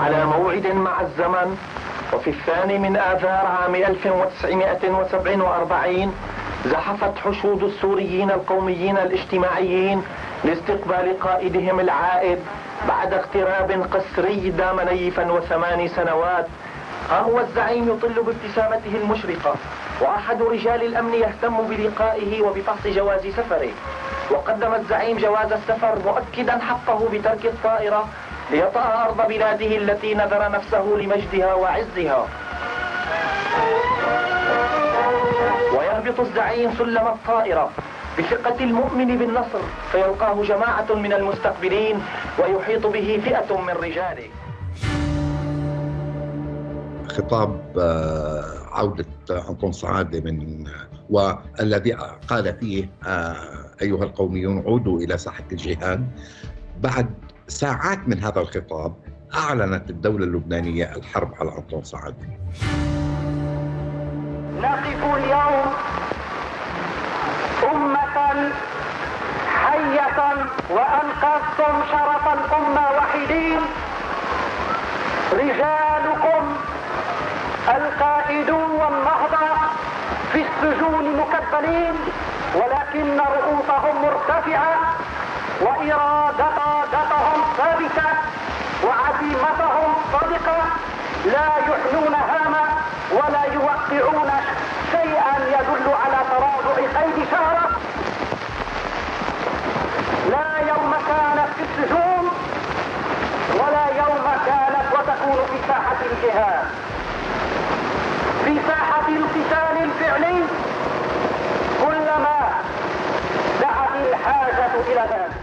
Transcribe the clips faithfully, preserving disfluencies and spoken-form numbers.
على موعد مع الزمن. وفي الثاني من آذار عام ألف وتسعمائة وسبعة وأربعين زحفت حشود السوريين القوميين الاجتماعيين لاستقبال قائدهم العائد بعد اغتراب قسري دام نيفا وثماني سنوات. ها هو الزعيم يطل بابتسامته المشرقة، وأحد رجال الأمن يهتم بلقائه وبفحص جواز سفره. وقدم الزعيم جواز السفر مؤكدا حقه بترك الطائرة ليطأ أرض بلاده التي نذر نفسه لمجدها وعزها. ويهبط الزعيم سلم الطائرة بثقة المؤمن بالنصر، فيلقاه جماعة من المستقبلين ويحيط به فئة من رجاله. خطاب عودة أنطون سعادة من والذي قال فيه أيها القوميون عودوا إلى ساحة الجهاد، بعد ساعات من هذا الخطاب أعلنت الدولة اللبنانية الحرب على أنطون سعادة. نقف اليوم أمة حية وأنقذتم شرف الأمة وحيدين، رجالكم القائدون والنهضة في السجون مكبلين، ولكن رؤوسهم مرتفعة وإرادتهم ثابتة وعزيمتهم صادقة، لا يحنون هاما ولا يوقعون شيئا يدل على تراجع قيد شهرة. لا يوم كانت في السجون ولا يوم كانت وتكون في ساحة الجهاد، في ساحة القتال الفعلي كلما دعت الحاجة إلى ذلك.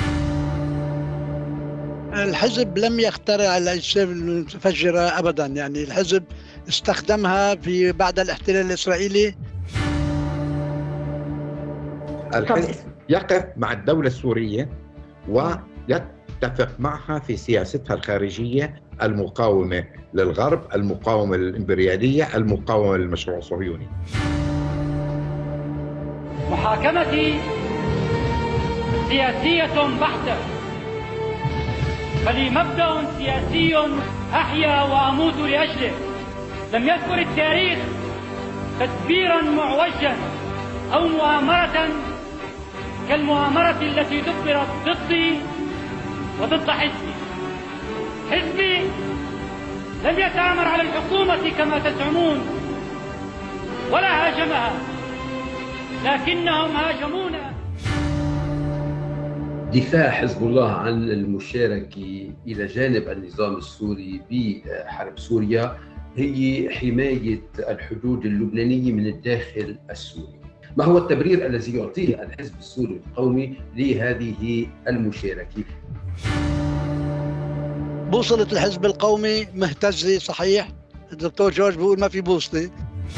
الحزب لم يخترع الأجسام المتفجرة أبدا، يعني الحزب استخدمها في بعد الاحتلال الإسرائيلي. الحزب يقف مع الدولة السورية ويتفق معها في سياستها الخارجية المقاومة للغرب، المقاومة للإمبريالية، المقاومة للمشروع الصهيوني. محاكمتي سياسية بحتة، فلي مبدأ سياسي أحيا وأموت لأجله. لم يذكر التاريخ تدبيرا معوجا أو مؤامرة كالمؤامرة التي دبرت ضدي وضد حزبي. حزبي لم يتآمر على الحكومة كما تزعمون ولا هاجمها، لكنهم هاجمونا. دفاع حزب الله عن المشاركة إلى جانب النظام السوري بحرب سوريا هي حماية الحدود اللبنانية من الداخل السوري. ما هو التبرير الذي يعطيه الحزب السوري القومي لهذه المشاركة؟ بوصلة الحزب القومي مهتزة صحيح، الدكتور جورج بيقول ما في بوصلة.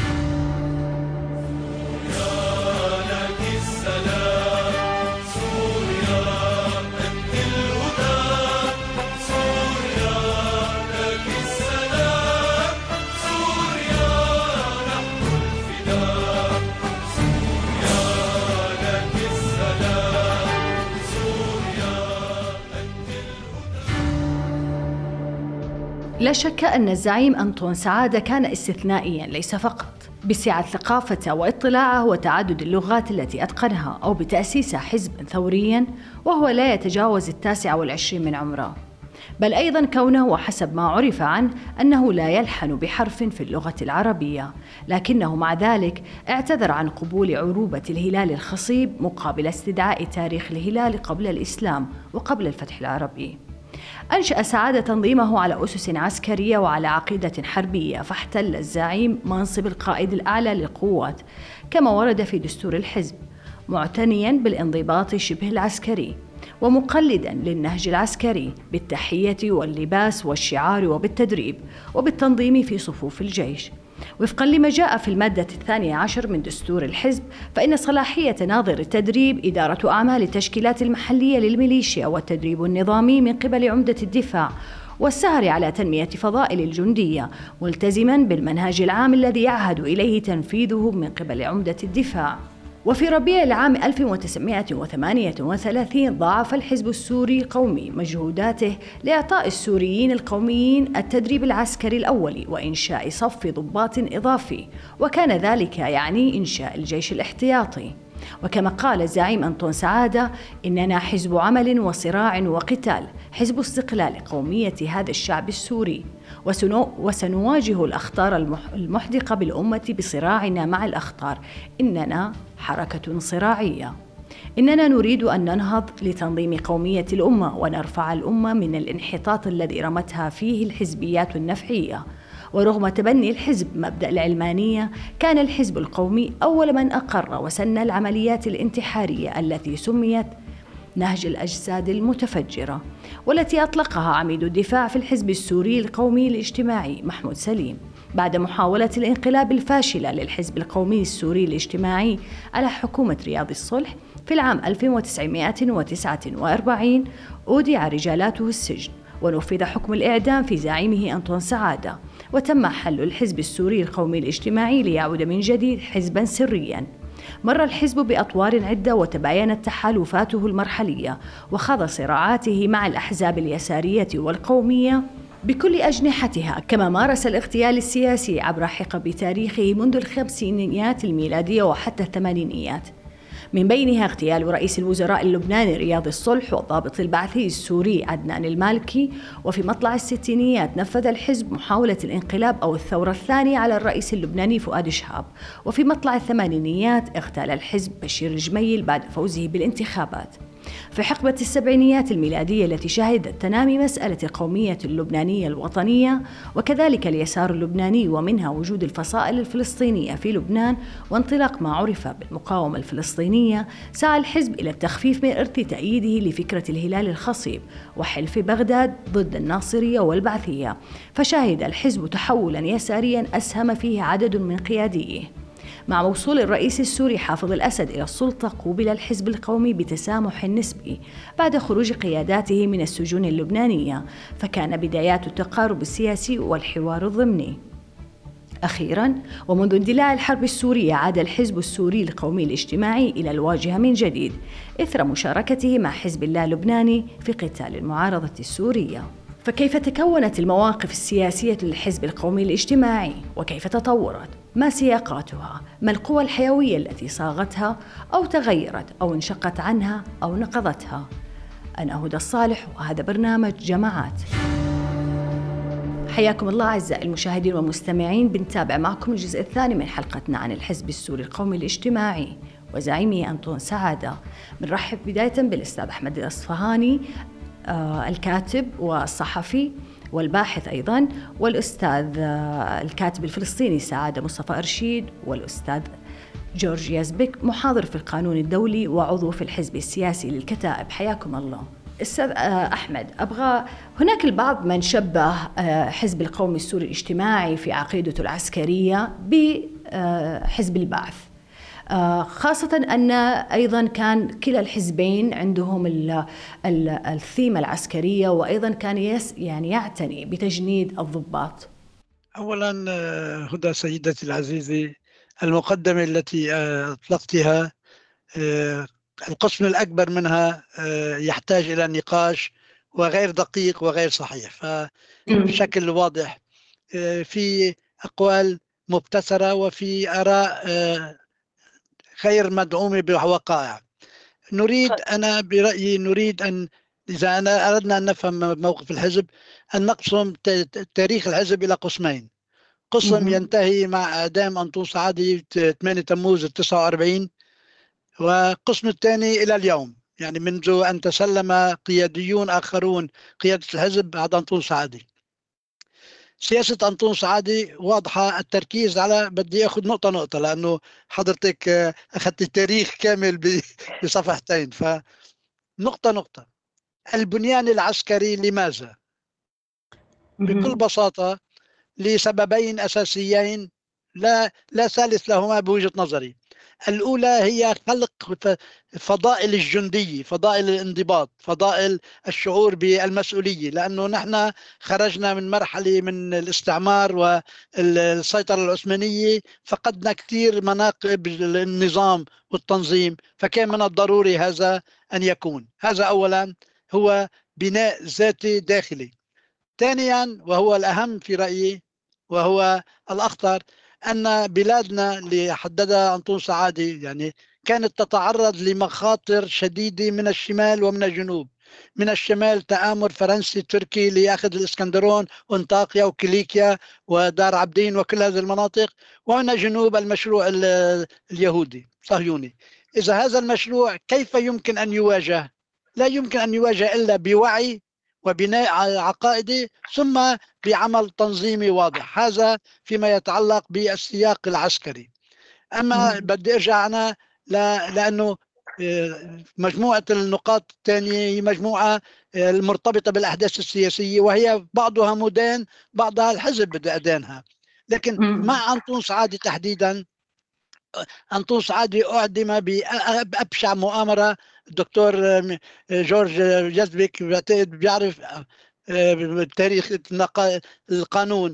لا شك أن الزعيم أنطون سعادة كان استثنائياً ليس فقط بسعة ثقافته واطلاعه وتعدد اللغات التي أتقنها، أو بتأسيس حزب ثورياً وهو لا يتجاوز التاسع والعشرين من عمره، بل أيضاً كونه وحسب ما عرف عنه أنه لا يلحن بحرف في اللغة العربية، لكنه مع ذلك اعتذر عن قبول عروبة الهلال الخصيب مقابل استدعاء تاريخ الهلال قبل الإسلام وقبل الفتح العربي. أنشأ سعادة تنظيمه على أسس عسكرية وعلى عقيدة حربية، فاحتل الزعيم منصب القائد الأعلى للقوات كما ورد في دستور الحزب، معتنياً بالانضباط شبه العسكري ومقلداً للنهج العسكري بالتحية واللباس والشعار وبالتدريب وبالتنظيم في صفوف الجيش. وفقاً لما جاء في المادة الثانية عشر من دستور الحزب، فإن صلاحية ناظر التدريب إدارة أعمال التشكيلات المحلية للميليشيا والتدريب النظامي من قبل عمدة الدفاع، والسهر على تنمية فضائل الجندية، ملتزماً بالمنهج العام الذي يعهد إليه تنفيذه من قبل عمدة الدفاع. وفي ربيع العام ألف وتسعمائة وثمانية وثلاثين ضاعف الحزب السوري القومي مجهوداته لإعطاء السوريين القوميين التدريب العسكري الأولي وإنشاء صف ضباط إضافي، وكان ذلك يعني إنشاء الجيش الاحتياطي. وكما قال الزعيم أنطون سعادة: إننا حزب عمل وصراع وقتال، حزب استقلال قومية هذا الشعب السوري، وسنواجه الأخطار المحدقة بالأمة بصراعنا مع الأخطار. إننا حركة صراعية، إننا نريد أن ننهض لتنظيم قومية الأمة ونرفع الأمة من الانحطاط الذي رمتها فيه الحزبيات النفعية. ورغم تبني الحزب مبدأ العلمانية، كان الحزب القومي أول من أقر وسن العمليات الانتحارية التي سميت نهج الأجساد المتفجرة، والتي أطلقها عميد الدفاع في الحزب السوري القومي الاجتماعي محمود سليم بعد محاولة الانقلاب الفاشلة للحزب القومي السوري الاجتماعي على حكومة رياض الصلح في العام ألف وتسعمائة وتسعة وأربعين. أودع رجالاته السجن ونفذ حكم الإعدام في زعيمه أنطون سعادة، وتم حل الحزب السوري القومي الاجتماعي ليعود من جديد حزباً سرياً. مر الحزب بأطوار عدة وتباينت تحالفاته المرحلية، وخاض صراعاته مع الأحزاب اليسارية والقومية بكل أجنحتها، كما مارس الاغتيال السياسي عبر حقب تاريخه منذ الخمسينيات الميلادية وحتى الثمانينيات، من بينها اغتيال رئيس الوزراء اللبناني رياض الصلح والضابط البعثي السوري عدنان المالكي. وفي مطلع الستينيات نفذ الحزب محاولة الانقلاب أو الثورة الثانية على الرئيس اللبناني فؤاد شهاب. وفي مطلع الثمانينيات اغتال الحزب بشير الجميل بعد فوزه بالانتخابات. في حقبة السبعينيات الميلادية التي شهدت تنامي مسألة القومية اللبنانية الوطنية، وكذلك اليسار اللبناني، ومنها وجود الفصائل الفلسطينية في لبنان وانطلاق ما عرف بالمقاومة الفلسطينية، سعى الحزب إلى التخفيف من إرث تأييده لفكرة الهلال الخصيب وحلف بغداد ضد الناصرية والبعثية، فشهد الحزب تحولاً يسارياً أسهم فيه عدد من قياديه. مع وصول الرئيس السوري حافظ الأسد إلى السلطة، قوبل الحزب القومي بتسامح نسبي بعد خروج قياداته من السجون اللبنانية، فكان بدايات التقارب السياسي والحوار الضمني. أخيراً، ومنذ اندلاع الحرب السورية، عاد الحزب السوري القومي الاجتماعي إلى الواجهة من جديد إثر مشاركته مع حزب الله اللبناني في قتال المعارضة السورية. فكيف تكونت المواقف السياسية للحزب القومي الاجتماعي؟ وكيف تطورت؟ ما سياقاتها؟ ما القوى الحيوية التي صاغتها أو تغيرت أو انشقت عنها أو نقضتها؟ أنا هدى الصالح، وهذا برنامج جماعات. حياكم الله أعزائي المشاهدين والمستمعين. بنتابع معكم الجزء الثاني من حلقتنا عن الحزب السوري القومي الاجتماعي وزعيمه أنطون سعادة. بنرحب بداية بالأستاذ أحمد الأصفهاني، آه الكاتب والصحفي والباحث أيضاً، والأستاذ آه الكاتب الفلسطيني سعادة مصطفى أرشيد، والأستاذ جورج يزبك محاضر في القانون الدولي وعضو في الحزب السياسي للكتائب. حياكم الله. أستاذ آه أحمد، أبغى هناك البعض من شبه آه حزب القومي السوري الاجتماعي في عقيدته العسكرية بحزب آه البعث، خاصة أن أيضا كان كلا الحزبين عندهم الثيمة العسكرية، وأيضا كان يس يعني يعتني بتجنيد الضباط. أولا هدى سيدتي العزيزة، المقدمة التي أطلقتها القسم الأكبر منها يحتاج إلى نقاش وغير دقيق وغير صحيح، فبشكل واضح في أقوال مبتسرة وفي آراء غير مدعومة بوقائع. نريد أنا برأيي نريد أن إذا أنا أردنا أن نفهم موقف الحزب أن نقسم تاريخ الحزب إلى قسمين. قسم ينتهي مع إعدام أنطون سعادة ثمانية تموز تسعة وأربعين، وقسم الثاني إلى اليوم، يعني منذ أن تسلم قياديون آخرون قيادة الحزب بعد أنطون سعادة. سياسة أنطون سعادة واضحة، التركيز على بدي أخذ نقطة نقطة لأنه حضرتك أخذت التاريخ كامل بصفحتين، فنقطة نقطة. البنيان العسكري لماذا؟ بكل بساطة لسببين أساسيين لا لا ثالث لهما بوجهة نظري. الأولى هي خلق فضائل الجندية، فضائل الانضباط، فضائل الشعور بالمسؤولية، لأنه نحن خرجنا من مرحلة من الاستعمار والسيطرة العثمانية، فقدنا كثير مناقب النظام والتنظيم، فكان من الضروري هذا أن يكون. هذا أولا هو بناء ذاتي داخلي. ثانيا وهو الأهم في رأيي وهو الأخطر، أن بلادنا اللي حددها أنطون سعادة يعني كانت تتعرض لمخاطر شديدة من الشمال ومن الجنوب. من الشمال تآمر فرنسي تركي ليأخذ الإسكندرون وانطاكيا وكيليكيا ودار عبدين وكل هذه المناطق، ومن الجنوب المشروع اليهودي صهيوني. إذا هذا المشروع كيف يمكن أن يواجه؟ لا يمكن أن يواجه إلا بوعي وبناء عقائدي ثم بعمل تنظيمي واضح. هذا فيما يتعلق بالسياق العسكري. أما بدي أرجع أنا لأنه مجموعة النقاط الثانية هي مجموعة المرتبطة بالأحداث السياسية، وهي بعضها مدان بعضها الحزب بدي أدانها. لكن مع أنطون سعادة تحديدا، أنطون سعادة أعدم بأبشع مؤامرة. الدكتور جورج يزبك بيعرف تاريخ القانون،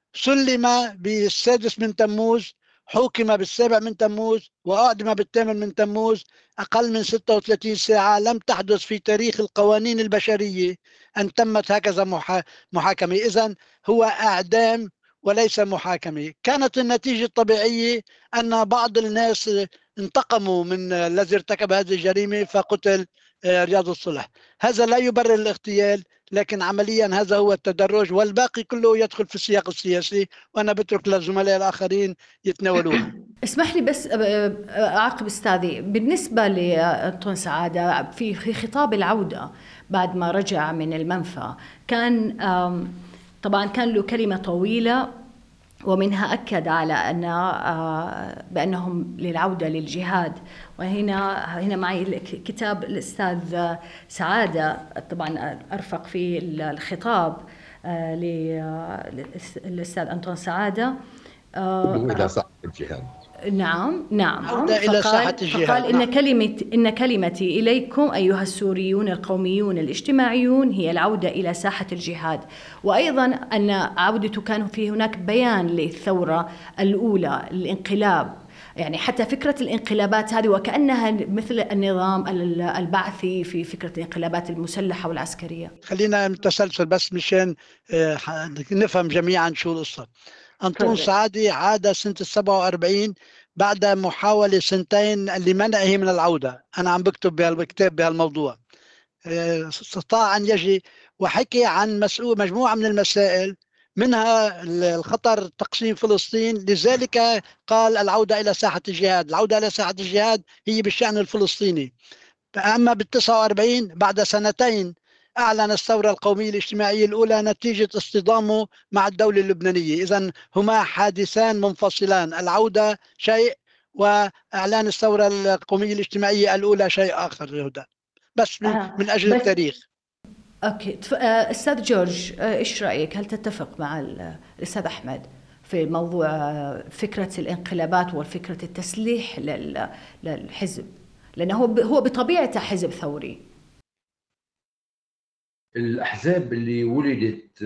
سلم بالسادس من تموز، حكم بالسابع من تموز، وأعدم بالثامن من تموز. أقل من ستة وثلاثين ساعة. لم تحدث في تاريخ القوانين البشرية أن تمت هكذا محاكمة. إذن هو إعدام وليس محاكمة. كانت النتيجة الطبيعية أن بعض الناس انتقموا من الذي ارتكب هذه الجريمة فقتل رياض الصلح. هذا لا يبرر الاغتيال، لكن عمليا هذا هو التدرج، والباقي كله يدخل في السياق السياسي، وأنا بترك للزملاء الآخرين يتناولوه. اسمح لي بس أعقب أستاذي، بالنسبة لأنطون سعادة في خطاب العودة بعد ما رجع من المنفى، كان طبعا كان له كلمة طويلة ومنها أكد على أن بأنهم للعودة للجهاد. وهنا هنا معي كتاب الأستاذ سعادة، طبعا أرفق في الخطاب للأستاذ أنطون سعادة إلى ساحة الجهاد. نعم نعم عودة إلى ساحة الجهاد. فقال إن كلمة إن كلمتي إليكم أيها السوريون القوميون الاجتماعيون هي العودة إلى ساحة الجهاد. وأيضا أن عودته كان في هناك بيان للثورة الأولى، الانقلاب، يعني حتى فكرة الانقلابات هذه وكأنها مثل النظام البعثي في فكرة الانقلابات المسلحة والعسكرية. خلينا نتسلسل بس مشان نفهم جميعا شو القصة. أنطون سعادة عاد سنة السبعة وأربعين بعد محاولة سنتين لمنعه من العودة. أنا عم بكتب بهالكتاب بهالموضوع. استطاع أن يجي وحكي عن مسؤول مجموعة من المسائل، منها الخطر تقسيم فلسطين. لذلك قال العودة إلى ساحة الجهاد. العودة إلى ساحة الجهاد هي بالشأن الفلسطيني. أما بالتسعة وأربعين بعد سنتين أعلن الثورة القومية الاجتماعية الأولى نتيجة اصطدامه مع الدولة اللبنانية. إذن هما حادثان منفصلان، العودة شيء وإعلان الثورة القومية الاجتماعية الأولى شيء آخر. يهودا بس من, آه. من أجل التاريخ. أوكي. أستاذ جورج، إيش رأيك؟ هل تتفق مع الأستاذ أحمد في موضوع فكرة الانقلابات وفكرة التسليح للحزب، لأنه هو بطبيعته حزب ثوري؟ الأحزاب اللي ولدت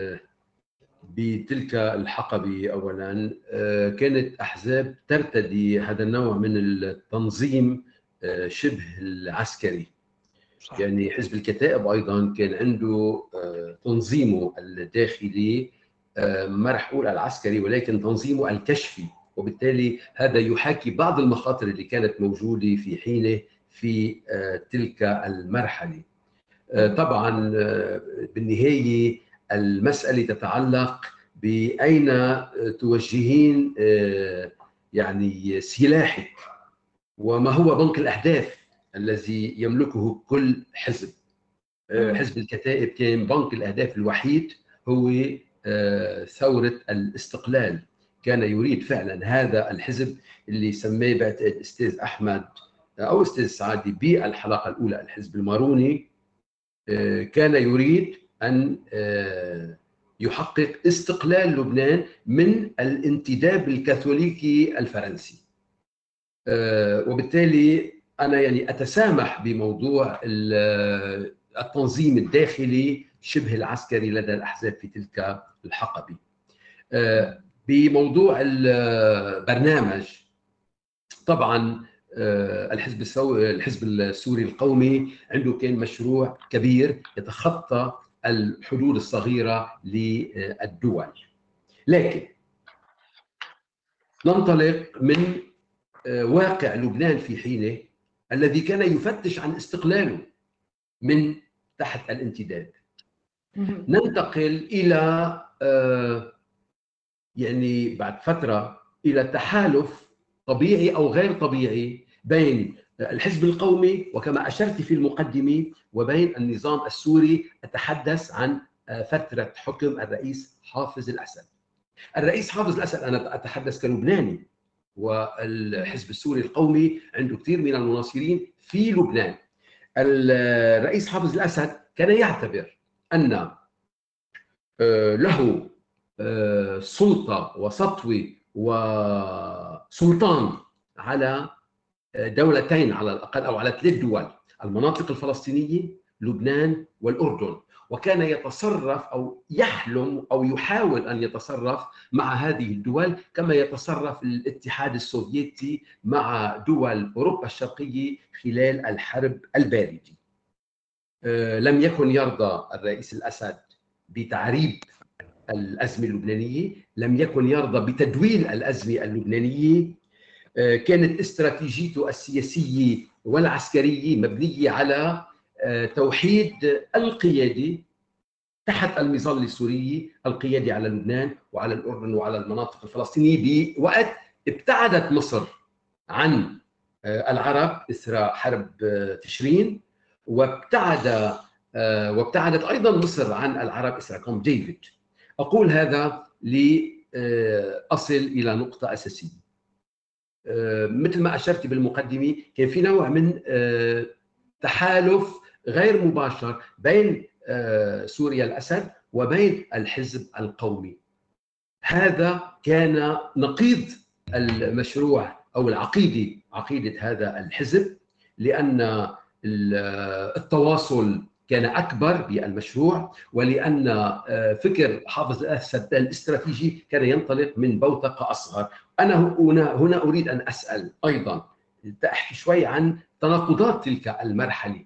بتلك الحقبة أولاً كانت أحزاب ترتدي هذا النوع من التنظيم شبه العسكري. صح. يعني حزب الكتائب أيضاً كان عنده تنظيمه الداخلي ما رح أقول العسكري ولكن تنظيمه الكشفي، وبالتالي هذا يحاكي بعض المخاطر اللي كانت موجودة في حينه في تلك المرحلة. طبعا بالنهاية المسألة تتعلق بأين توجهين يعني سلاحك، وما هو بنك الأهداف الذي يملكه كل حزب. حزب الكتائب كان بنك الأهداف الوحيد هو ثورة الاستقلال. كان يريد فعلا هذا الحزب اللي سماه بعتقد أستاذ أحمد أو أستاذ سعادي بالحلقة الأولى الحزب الماروني، كان يريد أن يحقق استقلال لبنان من الانتداب الكاثوليكي الفرنسي. وبالتالي أنا يعني أتسامح بموضوع التنظيم الداخلي شبه العسكري لدى الأحزاب في تلك الحقبة. بموضوع البرنامج، طبعا الحزب السوري الحزب السوري القومي عنده كان مشروع كبير يتخطى الحدود الصغيرة للدول، لكن ننطلق من واقع لبنان في حينه الذي كان يفتش عن استقلاله من تحت الانتداب. ننتقل إلى يعني بعد فترة إلى تحالف طبيعي أو غير طبيعي بين الحزب القومي وكما أشرت في المقدمة وبين النظام السوري. أتحدث عن فترة حكم الرئيس حافظ الأسد. الرئيس حافظ الأسد أنا أتحدث كلبناني، والحزب السوري القومي عنده كثير من المناصرين في لبنان. الرئيس حافظ الأسد كان يعتبر أن له سلطة وسطوة وسلطان على دولتين على الأقل أو على ثلاث دول، المناطق الفلسطينية، لبنان والأردن، وكان يتصرف أو يحلم أو يحاول أن يتصرف مع هذه الدول كما يتصرف الاتحاد السوفيتي مع دول أوروبا الشرقية خلال الحرب الباردة. لم يكن يرضى الرئيس الأسد بتعريب الأزمة اللبنانية، لم يكن يرضى بتدويل الأزمة اللبنانية. كانت استراتيجيته السياسية والعسكرية مبنية على توحيد القيادة تحت المظلة السورية، القيادة على لبنان وعلى الأردن وعلى المناطق الفلسطينية، بوقت ابتعدت مصر عن العرب إثر حرب تشرين، وابتعد وابتعدت أيضا مصر عن العرب إثر كامب ديفيد. أقول هذا لأصل إلى نقطة أساسية. مثل ما أشرت بالمقدمة كان في نوع من تحالف غير مباشر بين سوريا الأسد وبين الحزب القومي. هذا كان نقيض المشروع أو العقيدة عقيدة هذا الحزب، لأن التواصل كان أكبر بالمشروع، ولأن فكر حافظ الأسد الاستراتيجي كان ينطلق من بوتقة أصغر. أنا هنا هنا أريد أن أسأل أيضا، أحكي شوي عن تناقضات تلك المرحلة.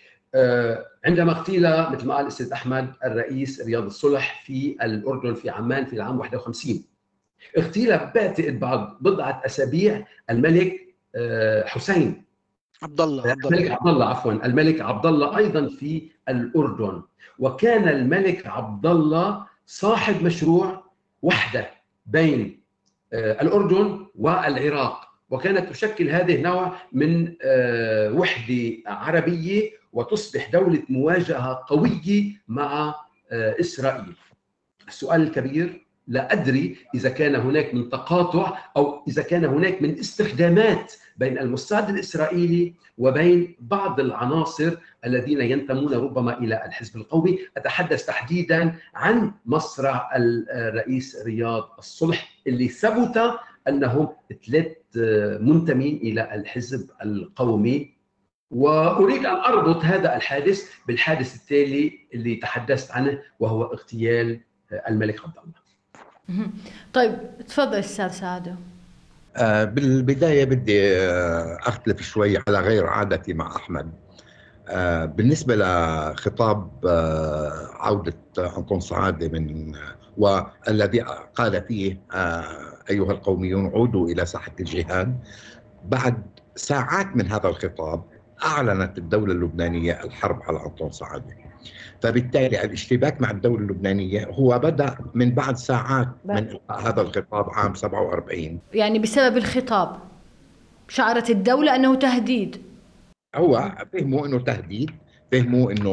عندما اغتيل مثل ما قال الأستاذ أحمد الرئيس رياض الصلح في الأردن في عمان في العام واحد وخمسين، اغتيل بعتقد بعد بضعة أسابيع الملك حسين عبد الله الملك عبد الله عفوا الملك عبد الله أيضا في الأردن. وكان الملك عبد الله صاحب مشروع وحدة بين الأردن والعراق، وكانت تشكل هذه نوع من وحدة عربية وتصبح دولة مواجهة قوية مع إسرائيل. السؤال الكبير، لا أدري إذا كان هناك من تقاطع أو إذا كان هناك من استخدامات بين الموساد الإسرائيلي وبين بعض العناصر الذين ينتمون ربما إلى الحزب القومي. أتحدث تحديداً عن مصرع الرئيس رياض الصلح اللي ثبت أنهم ثلاث منتمين إلى الحزب القومي. وأريد أن أربط هذا الحادث بالحادث التالي اللي تحدثت عنه وهو اغتيال الملك عبد الله. طيب تفضل أستاذ سعادة. آه بالبداية بدي آه أختلف شوي على غير عادتي مع أحمد. آه بالنسبة لخطاب آه عودة أنطون سعادة من آه والذي قال فيه آه أيها القوميون عودوا إلى ساحة الجهاد، بعد ساعات من هذا الخطاب أعلنت الدولة اللبنانية الحرب على أنطون سعادة. فبالتالي الاشتباك مع الدولة اللبنانية هو بدأ من بعد ساعات من هذا الخطاب عام سبعة وأربعين. يعني بسبب الخطاب شعرت الدولة أنه تهديد. هو فهموا أنه تهديد، فهموا أنه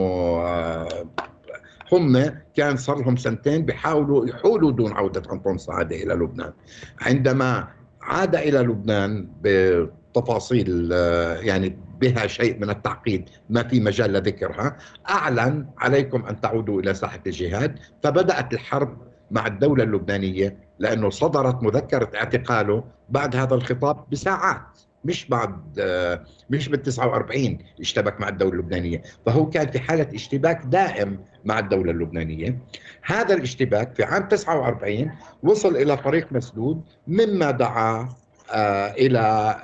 هم كان صار لهم سنتين بيحاولوا يحولوا دون عودة أنطون سعادة إلى لبنان. عندما عاد إلى لبنان بتفاصيل يعني بها شيء من التعقيد ما في مجال لذكرها، أعلن عليكم أن تعودوا إلى ساحة الجهاد. فبدأت الحرب مع الدولة اللبنانية، لأنه صدرت مذكرة اعتقاله بعد هذا الخطاب بساعات. مش بعد مش بال تسعة وأربعين اشتبك مع الدولة اللبنانية، فهو كان في حالة اشتباك دائم مع الدولة اللبنانية. هذا الاشتباك في عام تسعة وأربعين وصل إلى طريق مسدود، مما دعا إلى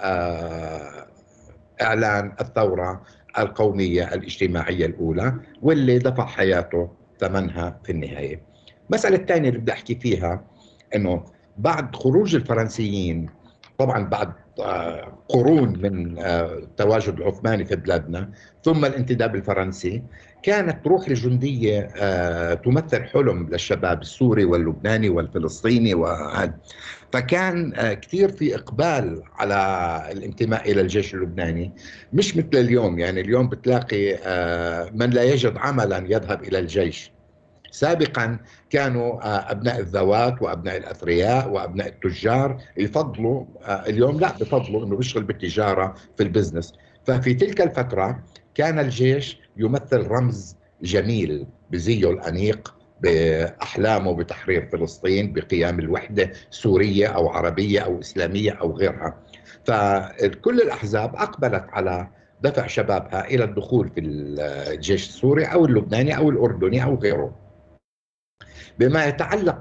إعلان الثورة القومية الاجتماعية الأولى، واللي دفع حياته ثمنها في النهاية. المسألة الثانية اللي بدي أحكي فيها أنه بعد خروج الفرنسيين، طبعا بعد قرون من التواجد العثماني في بلادنا ثم الانتداب الفرنسي، كانت روح الجندية تمثل حلم للشباب السوري واللبناني والفلسطيني وهذا، فكان كثير في إقبال على الانتماء إلى الجيش اللبناني، مش مثل اليوم. يعني اليوم بتلاقي من لا يجد عملا يذهب إلى الجيش. سابقا كانوا أبناء الذوات وأبناء الأثرياء وأبناء التجار يفضلوا، اليوم لا، بفضلوا أنه بيشتغل بالتجارة في البزنس. ففي تلك الفترة كان الجيش يمثل رمز جميل بزيه الأنيق، بأحلامه بتحرير فلسطين، بقيام الوحدة سورية أو عربية أو إسلامية أو غيرها. فكل الأحزاب أقبلت على دفع شبابها إلى الدخول في الجيش السوري أو اللبناني أو الأردني أو غيره. بما يتعلق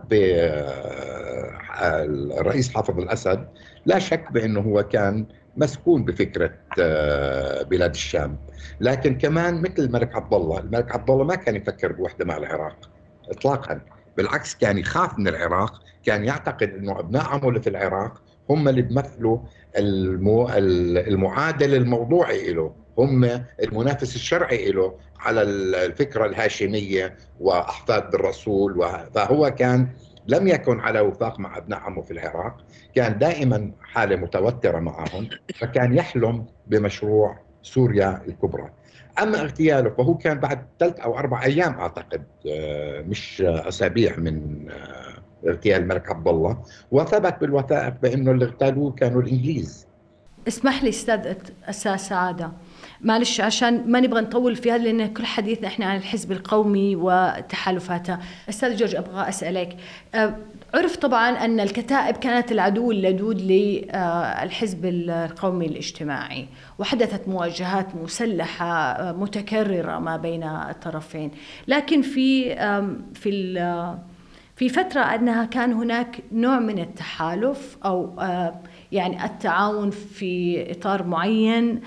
بالرئيس حافظ الأسد، لا شك بأنه هو كان مسكون بفكرة بلاد الشام، لكن كمان مثل الملك عبد الله، الملك عبد الله ما كان يفكر بوحدة مع العراق إطلاقا، بالعكس كان يخاف من العراق، كان يعتقد أنه أبناء عمه اللي في العراق هم اللي بيمثلوا المو... المعادل الموضوعي له، هم المنافس الشرعي له على الفكرة الهاشمية وأحفاد الرسول. فهو كان لم يكن على وفاق مع أبناء عمه في العراق، كان دائما حالة متوترة معهم، فكان يحلم بمشروع سوريا الكبرى. أما اغتياله فهو كان بعد ثلاث أو أربع أيام أعتقد، مش أسابيع من اغتيال الملك عبد الله، وثبت بالوثائق بأنه اللي اغتالوه كانوا الإنجليز. اسمح لي أستاذ أستاذ سعادة، معلش عشان ما نبغى نطول فيها لأن كل حديثنا إحنا عن الحزب القومي وتحالفاته. أستاذ جورج، أبغى أسألك، عرف طبعا أن الكتائب كانت العدو اللدود للحزب القومي الاجتماعي، وحدثت مواجهات مسلحة متكررة ما بين الطرفين، لكن في في في فترة أنها كان هناك نوع من التحالف أو يعني التعاون في إطار معين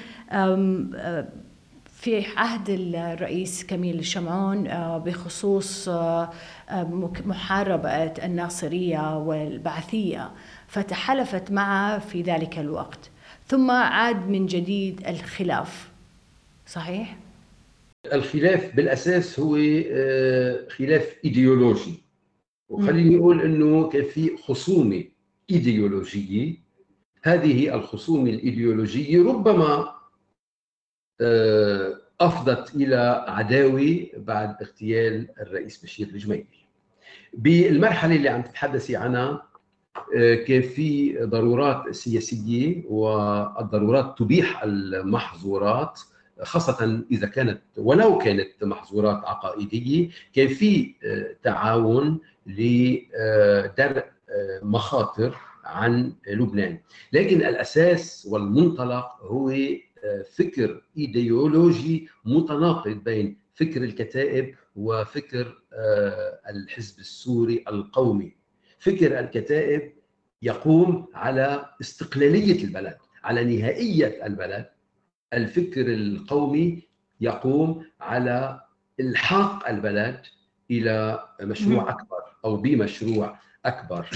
في عهد الرئيس كميل شمعون بخصوص محاربة الناصرية والبعثية، فتحالفت معه في ذلك الوقت، ثم عاد من جديد الخلاف، صحيح؟ الخلاف بالأساس هو خلاف إيديولوجي، وخليني أقول أنه كان في خصومة إيديولوجية. هذه الخصومة الإيديولوجية ربما أفضت إلى عداوة بعد اغتيال الرئيس بشير الجميلي. بالمرحلة اللي عم تتحدثي عنها كان في ضرورات سياسية، والضرورات تبيح المحظورات، خاصة إذا كانت ولو كانت محظورات عقائدية. كان في تعاون لدرء مخاطر عن لبنان، لكن الأساس والمنطلق هو فكر إيديولوجي متناقض بين فكر الكتائب وفكر الحزب السوري القومي. فكر الكتائب يقوم على استقلالية البلد، على نهائية البلد. الفكر القومي يقوم على إلحاق البلد إلى مشروع أكبر أو بمشروع أكبر.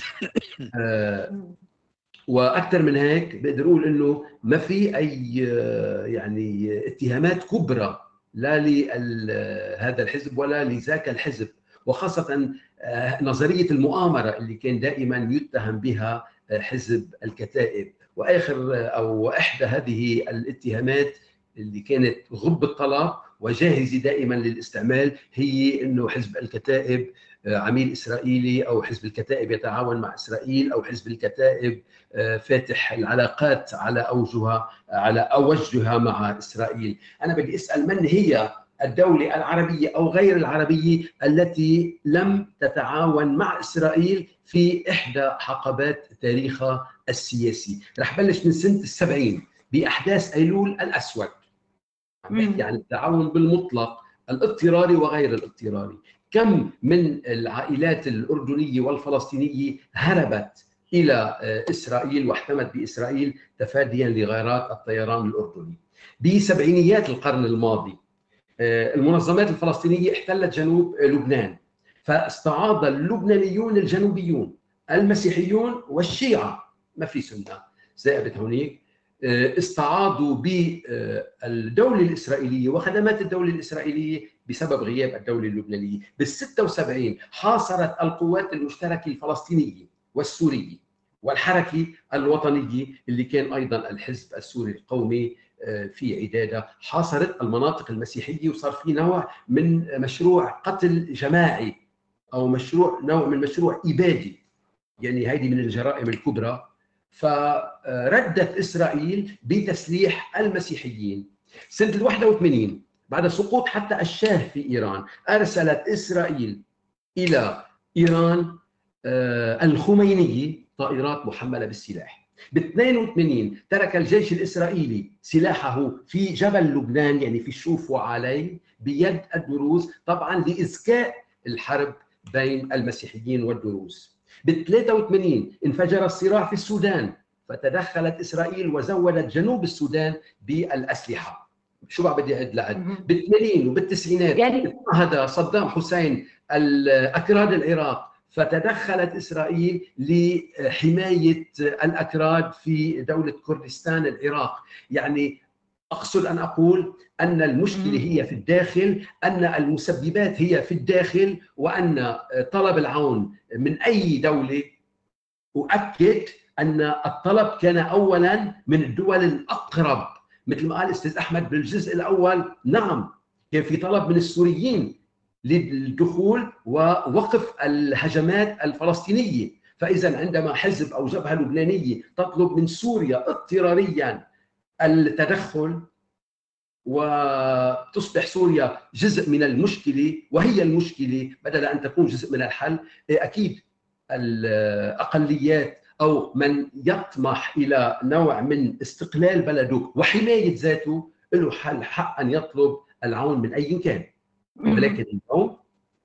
واكثر من هيك بقدر اقول انه ما في اي يعني اتهامات كبرى لا لهذا الحزب ولا لذاك الحزب، وخاصه نظريه المؤامره اللي كان دائما يتهم بها حزب الكتائب. واخر او احدى هذه الاتهامات اللي كانت غب الطلب وجاهزه دائما للاستعمال هي انه حزب الكتائب عميل إسرائيلي، أو حزب الكتائب يتعاون مع إسرائيل، أو حزب الكتائب فاتح العلاقات على أوجها على أوجها مع إسرائيل. أنا بدي أسأل، من هي الدولة العربية أو غير العربية التي لم تتعاون مع إسرائيل في إحدى حقبات تاريخها السياسي؟ رح بلش من سنة السبعين بأحداث أيلول الأسود. عم بحكي عن التعاون بالمطلق الاضطراري وغير الاضطراري. كم من العائلات الأردنية والفلسطينية هربت إلى إسرائيل واحتمت بإسرائيل تفاديا لغارات الطيران الأردني. بسبعينيات القرن الماضي المنظمات الفلسطينية احتلت جنوب لبنان، فاستعاض اللبنانيون الجنوبيون المسيحيون والشيعة، ما في سنة زائبت هونيك، استعاضوا بالدولة الإسرائيلية وخدمات الدولة الإسرائيلية بسبب غياب الدولة اللبنانية. بالستة وسبعين حاصرت القوات المشتركة الفلسطينية والسورية والحركة الوطنية اللي كان أيضا الحزب السوري القومي في عدادة، حاصرت المناطق المسيحية وصار في نوع من مشروع قتل جماعي أو مشروع نوع من مشروع إبادي، يعني هذه من الجرائم الكبرى. فردت إسرائيل بتسليح المسيحيين. سنة واحد وثمانين بعد سقوط حتى الشاه في إيران أرسلت إسرائيل إلى إيران الخمينية طائرات محملة بالسلاح. ب اثنين وثمانين ترك الجيش الإسرائيلي سلاحه في جبل لبنان، يعني في الشوف وعلي، بيد الدروز، طبعا لإذكاء الحرب بين المسيحيين والدروز. ب ثلاثة وثمانين انفجر الصراع في السودان، فتدخلت إسرائيل وزودت جنوب السودان بالأسلحة. شو بقى بدي أعد لعد؟ بالثمانين وبالتسعينات يعني هذا صدام حسين الأكراد العراق، فتدخلت إسرائيل لحماية الأكراد في دولة كردستان العراق. يعني أقصد أن أقول أن المشكلة هي في الداخل، أن المسببات هي في الداخل، وأن طلب العون من أي دولة، أؤكد أن الطلب كان أولاً من الدول الأقرب، مثل ما قال أستاذ أحمد بالجزء الأول. نعم كان في طلب من السوريين للدخول ووقف الهجمات الفلسطينية. فإذا عندما حزب أو جبهة لبنانية تطلب من سوريا اضطرارياً التدخل وتصبح سوريا جزء من المشكلة وهي المشكلة بدل أن تكون جزء من الحل، أكيد الأقليات أو من يطمح إلى نوع من استقلال بلده وحماية ذاته له حل حق أن يطلب العون من أي كان. ولكن اليوم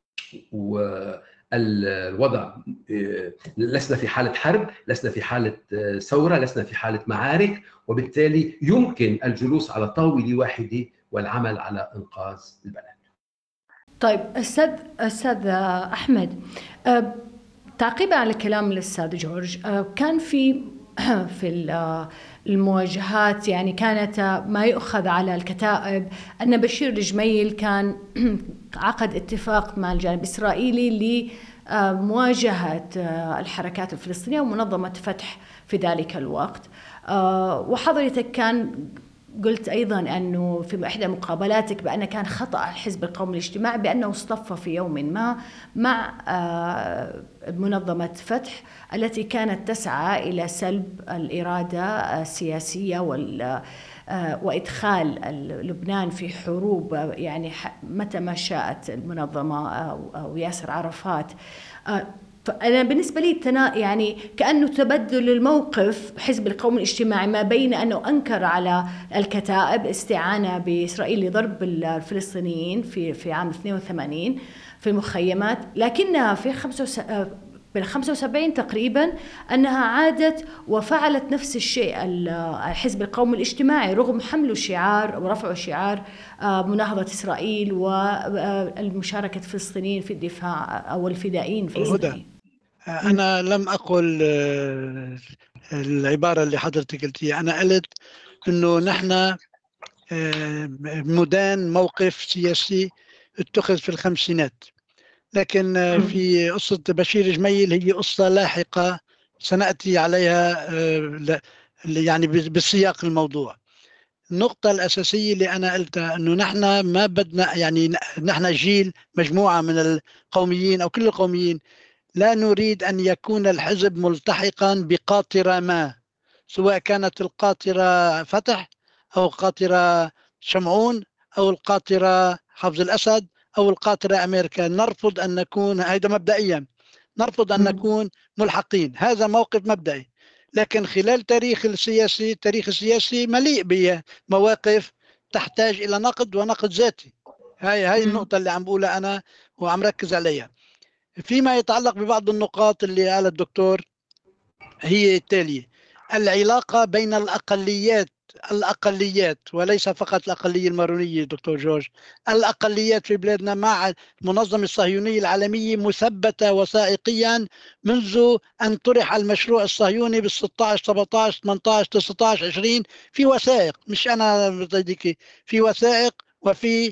والوضع لسنا في حالة حرب، لسنا في حالة ثورة، لسنا في حالة معارك، وبالتالي يمكن الجلوس على طاولة واحدة والعمل على إنقاذ البلد. طيب أستاذ أستاذ أحمد، تعقيبا على كلام الأستاذ جورج، كان في في المواجهات يعني كانت ما يؤخذ على الكتائب أن بشير الجميل كان عقد اتفاق مع الجانب الإسرائيلي لمواجهة الحركات الفلسطينية ومنظمة فتح في ذلك الوقت. وحضرتك كان قلت أيضا أنه في إحدى مقابلاتك بأن كان خطأ الحزب القومي الاجتماعي بأنه اصطف في يوم ما مع منظمة فتح التي كانت تسعى إلى سلب الإرادة السياسية وال وإدخال لبنان في حروب يعني متى ما شاءت المنظمة أو ياسر عرفات. أنا بالنسبة لي تنا يعني كأنه تبدل الموقف حزب القومي الاجتماعي ما بين أنه أنكر على الكتائب استعانة بإسرائيل لضرب الفلسطينيين في في عام اثنين وثمانين في المخيمات، لكنها في خمسة بالخمسة وسبعين تقريبا أنها عادت وفعلت نفس الشيء الحزب القومي الاجتماعي رغم حمله شعار ورفعه شعار مناهضة إسرائيل والمشاركة الفلسطينيين في الدفاع أو الفدائيين الفلسطينيين. أنا لم أقل العبارة اللي حضرتك قلتيها، أنا قلت أنه نحن مدان موقف سياسي اتخذ في الخمسينات، لكن في قصة بشير جميل هي قصة لاحقة سنأتي عليها يعني بسياق الموضوع. النقطة الأساسية اللي أنا قلتها أنه نحن ما بدنا يعني نحن جيل مجموعة من القوميين أو كل القوميين لا نريد أن يكون الحزب ملتحقا بقاطرة ما، سواء كانت القاطرة فتح أو القاطرة شمعون أو القاطرة حافظ الأسد أو القاطرة أمريكا. نرفض أن نكون، هذا مبدئيا نرفض أن نكون ملحقين، هذا موقف مبدئي. لكن خلال تاريخ السياسي التاريخ السياسي مليء بمواقف تحتاج إلى نقد ونقد ذاتي. هاي هاي النقطة اللي عم بقولها أنا وعم ركز عليها. فيما يتعلق ببعض النقاط اللي قال الدكتور هي التالية: العلاقة بين الأقليات الأقليات وليس فقط الأقلية المارونية دكتور جورج، الأقليات في بلادنا مع المنظمة الصهيونية العالمية مثبتة وثائقيا منذ أن طرح المشروع الصهيوني بال ستة عشر سبعة عشر ثمانية عشر تسعة عشر عشرين، في وثائق، مش أنا بديكي، في وثائق وفي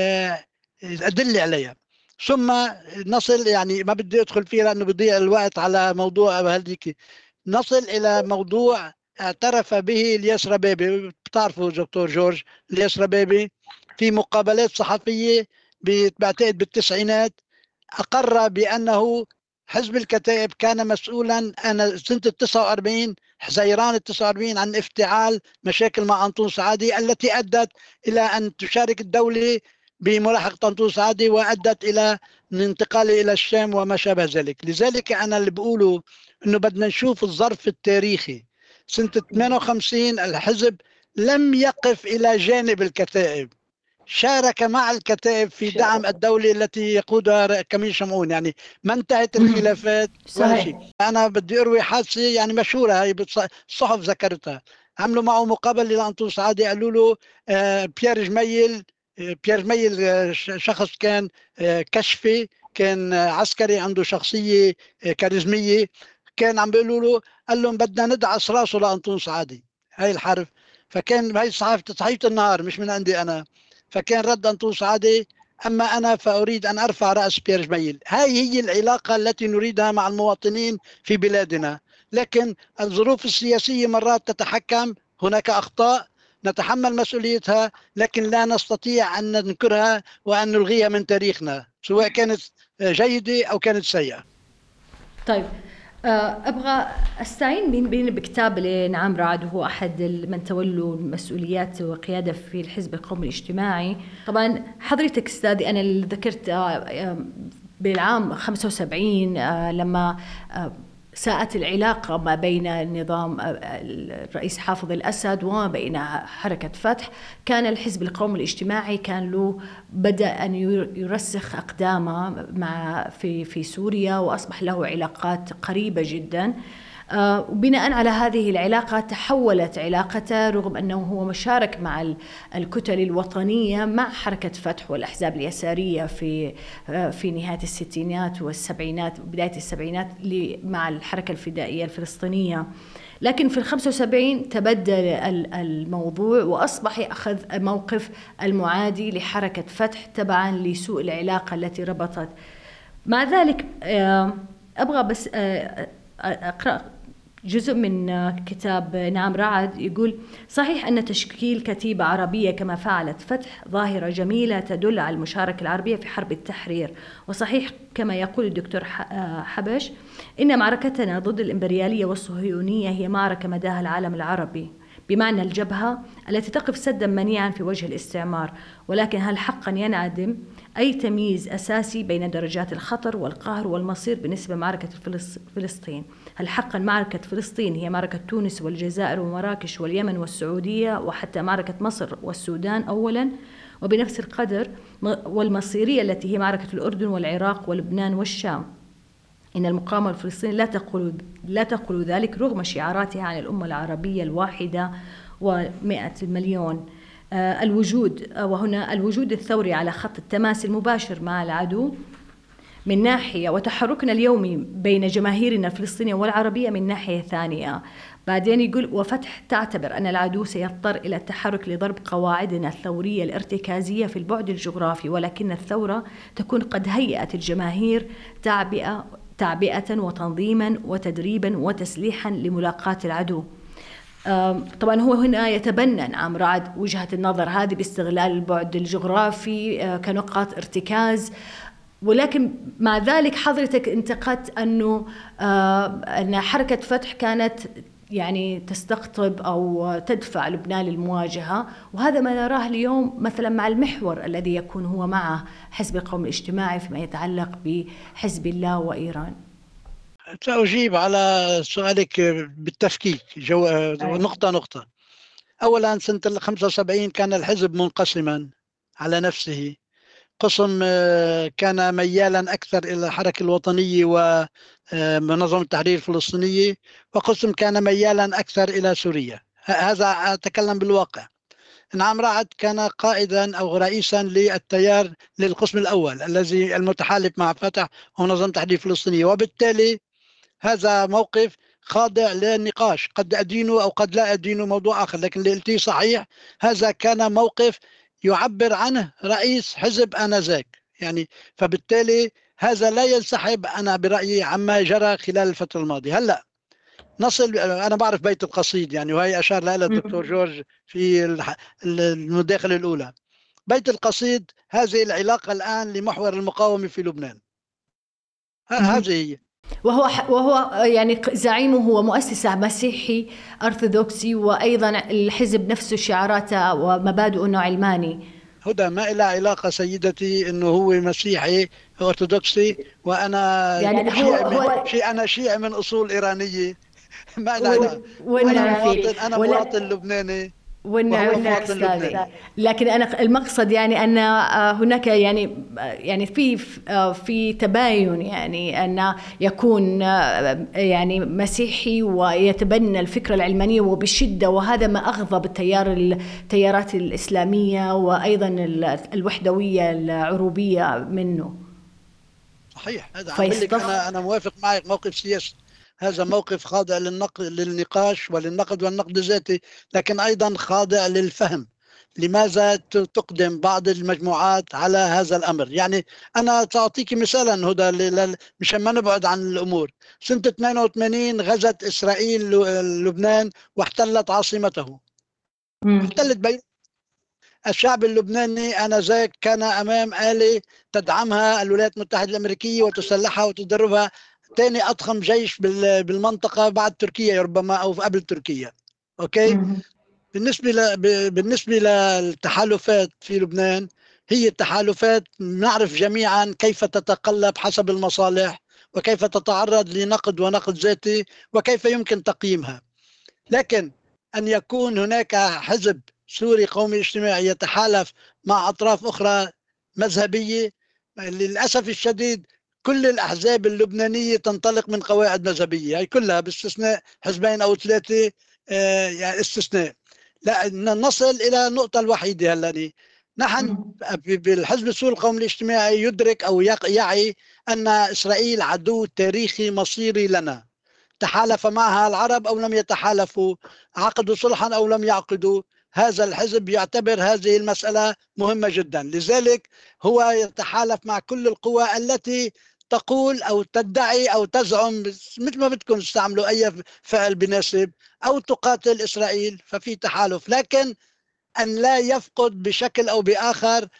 أدلة عليها. ثم نصل، يعني ما بدي أدخل فيها لأنه بيضيع الوقت على موضوع هذيك، نصل إلى موضوع اعترف به الياس ربابي. بتعرفوا دكتور جورج الياس ربابي في مقابلات صحفية بعتقد بالتسعينات أقر بأنه حزب الكتائب كان مسؤولا أنا سنة التسعة وأربعين حزيران التسعة وأربعين عن افتعال مشاكل مع أنطون سعادي التي أدت إلى أن تشارك الدولة بملاحقة أنطون سعادي وأدت إلى الانتقال إلى الشام وما شابه ذلك. لذلك أنا اللي بقوله إنه بدنا نشوف الظرف التاريخي. سنة ثمانية وخمسين الحزب لم يقف إلى جانب الكتائب، شارك مع الكتائب في دعم الدولة التي يقودها كميل شمعون، يعني ما انتهت الخلافات ولا شيء. أنا بدي أروي حادثة يعني مشهورة، هي الصحف ذكرتها. عملوا معه مقابلة لأنطون سعادي، قالوا له آه بيير جميل بيير جميل آه شخص كان آه كشفي، كان آه عسكري عنده شخصية آه كاريزمية، كان عم بيقولوا له، قال لهم بدنا ندعس راسه لأنطون سعادي. هاي الحرف. فكان هاي صحيفة صحيفة النهار مش من عندي أنا. فكان رد أنطون سعادي: أما أنا فأريد أن أرفع رأس بيير جميل. هاي هي العلاقة التي نريدها مع المواطنين في بلادنا. لكن الظروف السياسية مرات تتحكم، هناك أخطاء نتحمل مسؤوليتها، لكن لا نستطيع أن ننكرها وأن نلغيها من تاريخنا سواء كانت جيدة أو كانت سيئة. طيب أبغى أستعين بين بكتاب لنعام رعد، وهو أحد من تولوا مسؤوليات وقيادة في الحزب القومي الاجتماعي. طبعا حضرتك أستاذي أنا اللي ذكرت بالعام خمسة وسبعين لما ساءت العلاقة ما بين نظام الرئيس حافظ الأسد وبين حركة فتح، كان الحزب القومي الاجتماعي كان له بدأ أن يرسخ أقدامه مع في في سوريا، وأصبح له علاقات قريبة جدا. وبناء على هذه العلاقة تحولت علاقته، رغم أنه هو مشارك مع الكتل الوطنية مع حركة فتح والأحزاب اليسارية في في نهاية الستينات والسبعينات وبداية السبعينات مع الحركة الفدائية الفلسطينية. لكن في الخمسة وسبعين تبدل الموضوع وأصبح أخذ موقف المعادي لحركة فتح تبعا لسوء العلاقة التي ربطت. مع ذلك أبغى بس أقرأ جزء من كتاب نعام رعد. يقول: صحيح أن تشكيل كتيبة عربية كما فعلت فتح ظاهرة جميلة تدل على المشاركة العربية في حرب التحرير، وصحيح كما يقول الدكتور حبش إن معركتنا ضد الإمبريالية والصهيونية هي معركة مداها العالم العربي، بمعنى الجبهة التي تقف سدا منيعا في وجه الاستعمار. ولكن هل حقا ينعدم أي تمييز أساسي بين درجات الخطر والقهر والمصير بالنسبة لمعركة فلسطين؟ هل حقا معركة فلسطين هي معركة تونس والجزائر ومراكش واليمن والسعودية وحتى معركة مصر والسودان أولا، وبنفس القدر والمصيرية التي هي معركة الأردن والعراق ولبنان والشام؟ إن المقاومة الفلسطينية لا تقول لا تقول ذلك رغم شعاراتها عن الأمة العربية الواحدة ومئة المليون. آه الوجود وهنا الوجود الثوري على خط التماس المباشر مع العدو من ناحية، وتحركنا اليومي بين جماهيرنا الفلسطينية والعربية من ناحية ثانية. بعدين يقول: وفتح تعتبر أن العدو سيضطر إلى التحرك لضرب قواعدنا الثورية الارتكازية في البعد الجغرافي، ولكن الثورة تكون قد هيأت الجماهير تعبئة تعبئة وتنظيما وتدريبا وتسليحا لملاقاة العدو. طبعا هو هنا يتبنى نعام رعد وجهة النظر هذه باستغلال البعد الجغرافي كنقاط ارتكاز، ولكن مع ذلك حضرتك انتقدت أنه أن حركة فتح كانت يعني تستقطب أو تدفع لبنان للمواجهة، وهذا ما نراه اليوم مثلا مع المحور الذي يكون هو مع حزب القومي الاجتماعي فيما يتعلق بحزب الله وإيران. سأجيب على سؤالك بالتفكيك جو... نقطة نقطة. أولا سنة خمسة وسبعين كان الحزب منقسما على نفسه، قسم كان ميالا أكثر إلى الحركة الوطنية ومنظمة التحرير الفلسطينية، وقسم كان ميالا أكثر إلى سوريا. هذا أتكلم بالواقع. نعم رعد كان قائدا أو رئيسا للتيار للقسم الأول الذي المتحالف مع فتح ومنظمة التحرير الفلسطينية، وبالتالي هذا موقف خاضع للنقاش، قد أدينه أو قد لا أدينه موضوع آخر، لكن اللي قلتيه صحيح. هذا كان موقف يعبر عنه رئيس حزب آنذاك يعني، فبالتالي هذا لا ينسحب أنا برأيي عما جرى خلال الفترة الماضية. هلأ نصل، أنا بعرف بيت القصيد يعني، وهي أشار لها الدكتور جورج في المداخلة الأولى. بيت القصيد هذه العلاقة الآن لمحور المقاومة في لبنان، هذه هي. وهو وهو يعني زعيمه هو مؤسسة مسيحي أرثوذكسي، وأيضا الحزب نفسه شعاراته ومبادئه أنه علماني. هدى ما إلى علاقة سيدتي أنه هو مسيحي أرثوذكسي وأنا يعني شيعي هو من هو شيء أنا شيعي من أصول إيرانية. ما إلى علاقة. أنا مواطن أنا مواطن لبناني والنعم أستاذي، لكن أنا المقصد يعني أن هناك يعني يعني في في تباين، يعني أن يكون يعني مسيحي ويتبنى الفكرة العلمانية وبشدة، وهذا ما أغضب التيار التيارات الإسلامية وأيضا الوحدوية العروبية منه. صحيح، هذا عملك أنا أنا موافق معك. موقف سياسي، هذا موقف خاضع للنقد للنقاش وللنقد والنقد الذاتي، لكن أيضا خاضع للفهم لماذا تقدم بعض المجموعات على هذا الأمر. يعني أنا سأعطيك مثالا هدى مشان ما نبعد عن الأمور. سنة اثنين وثمانين غزت إسرائيل لبنان واحتلت عاصمته، احتلت بيروت. الشعب اللبناني آنذاك كان أمام آلة تدعمها الولايات المتحدة الأمريكية وتسلحها وتدربها، ثاني أضخم جيش بالمنطقة بعد تركيا ربما أو قبل تركيا. أوكي. بالنسبة ل... بالنسبة للتحالفات في لبنان، هي التحالفات نعرف جميعا كيف تتقلب حسب المصالح وكيف تتعرض لنقد ونقد ذاتي وكيف يمكن تقييمها. لكن أن يكون هناك حزب سوري قومي اجتماعي يتحالف مع أطراف أخرى مذهبية، للأسف الشديد كل الأحزاب اللبنانية تنطلق من قواعد مذهبية، هي كلها باستثناء حزبين أو ثلاثة آه يعني استثناء. لا نصل إلى النقطة الوحيدة هلأ، نحن بالحزب السوري القومي الاجتماعي يدرك أو يعي أن إسرائيل عدو تاريخي مصيري لنا، تحالف معها العرب أو لم يتحالفوا، عقدوا صلحا أو لم يعقدوا، هذا الحزب يعتبر هذه المسألة مهمة جدا، لذلك هو يتحالف مع كل القوى التي تقول أو تدعي أو تزعم مثل ما بدكم تستعملوا أي فعل بناسب أو تقاتل إسرائيل، ففي تحالف، لكن أن لا يفقد بشكل أو بآخر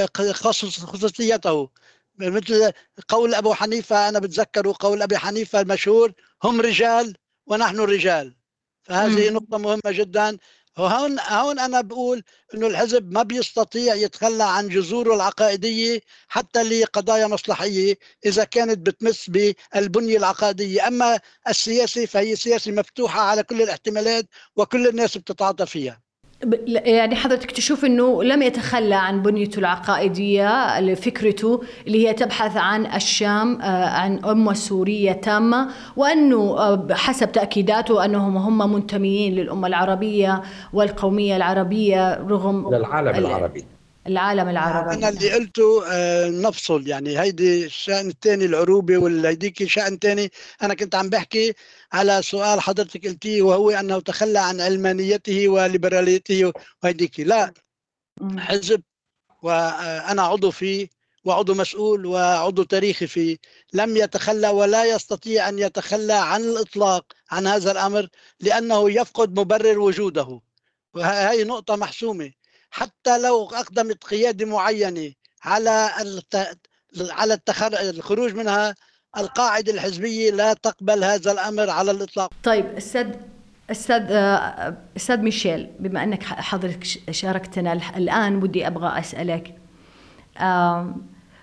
خصوصيته. مثل قول أبو حنيفة، أنا بتذكر قول أبي حنيفة المشهور: هم رجال ونحن رجال. فهذه نقطة مهمة جدا. هون هون أنا بقول إنه الحزب ما بيستطيع يتخلى عن جذوره العقائدية حتى لقضايا مصلحية إذا كانت بتمس بالبنية العقائدية، أما السياسي فهي سياسة مفتوحة على كل الاحتمالات وكل الناس بتتعاطى فيها. يعني حضرتك تشوف أنه لم يتخلى عن بنيته العقائدية لفكرته اللي هي تبحث عن الشام، عن أمة سورية تامة، وأنه حسب تأكيداته أنهم هم منتميين للأمة العربية والقومية العربية رغم للعالم العربي العالم العربي. أنا اللي قلته آه نفصل، يعني هيدي الشأن الثاني العروبة والهيديك شأن ثاني. أنا كنت عم بحكي على سؤال حضرتك قلتيه وهو أنه تخلى عن علمانيته وليبراليته وهيديك. لا، حزب وأنا عضو فيه وعضو مسؤول وعضو تاريخي فيه، لم يتخلى ولا يستطيع أن يتخلى عن الإطلاق عن هذا الأمر، لأنه يفقد مبرر وجوده، وهي نقطة محسومة. حتى لو أقدمت قيادة معينة على على التخر... الخروج منها، القاعدة الحزبية لا تقبل هذا الأمر على الإطلاق. طيب أستاذ أستاذ أستاذ ميشيل، بما أنك حضرتك شاركتنا الآن، بدي أبغى أسألك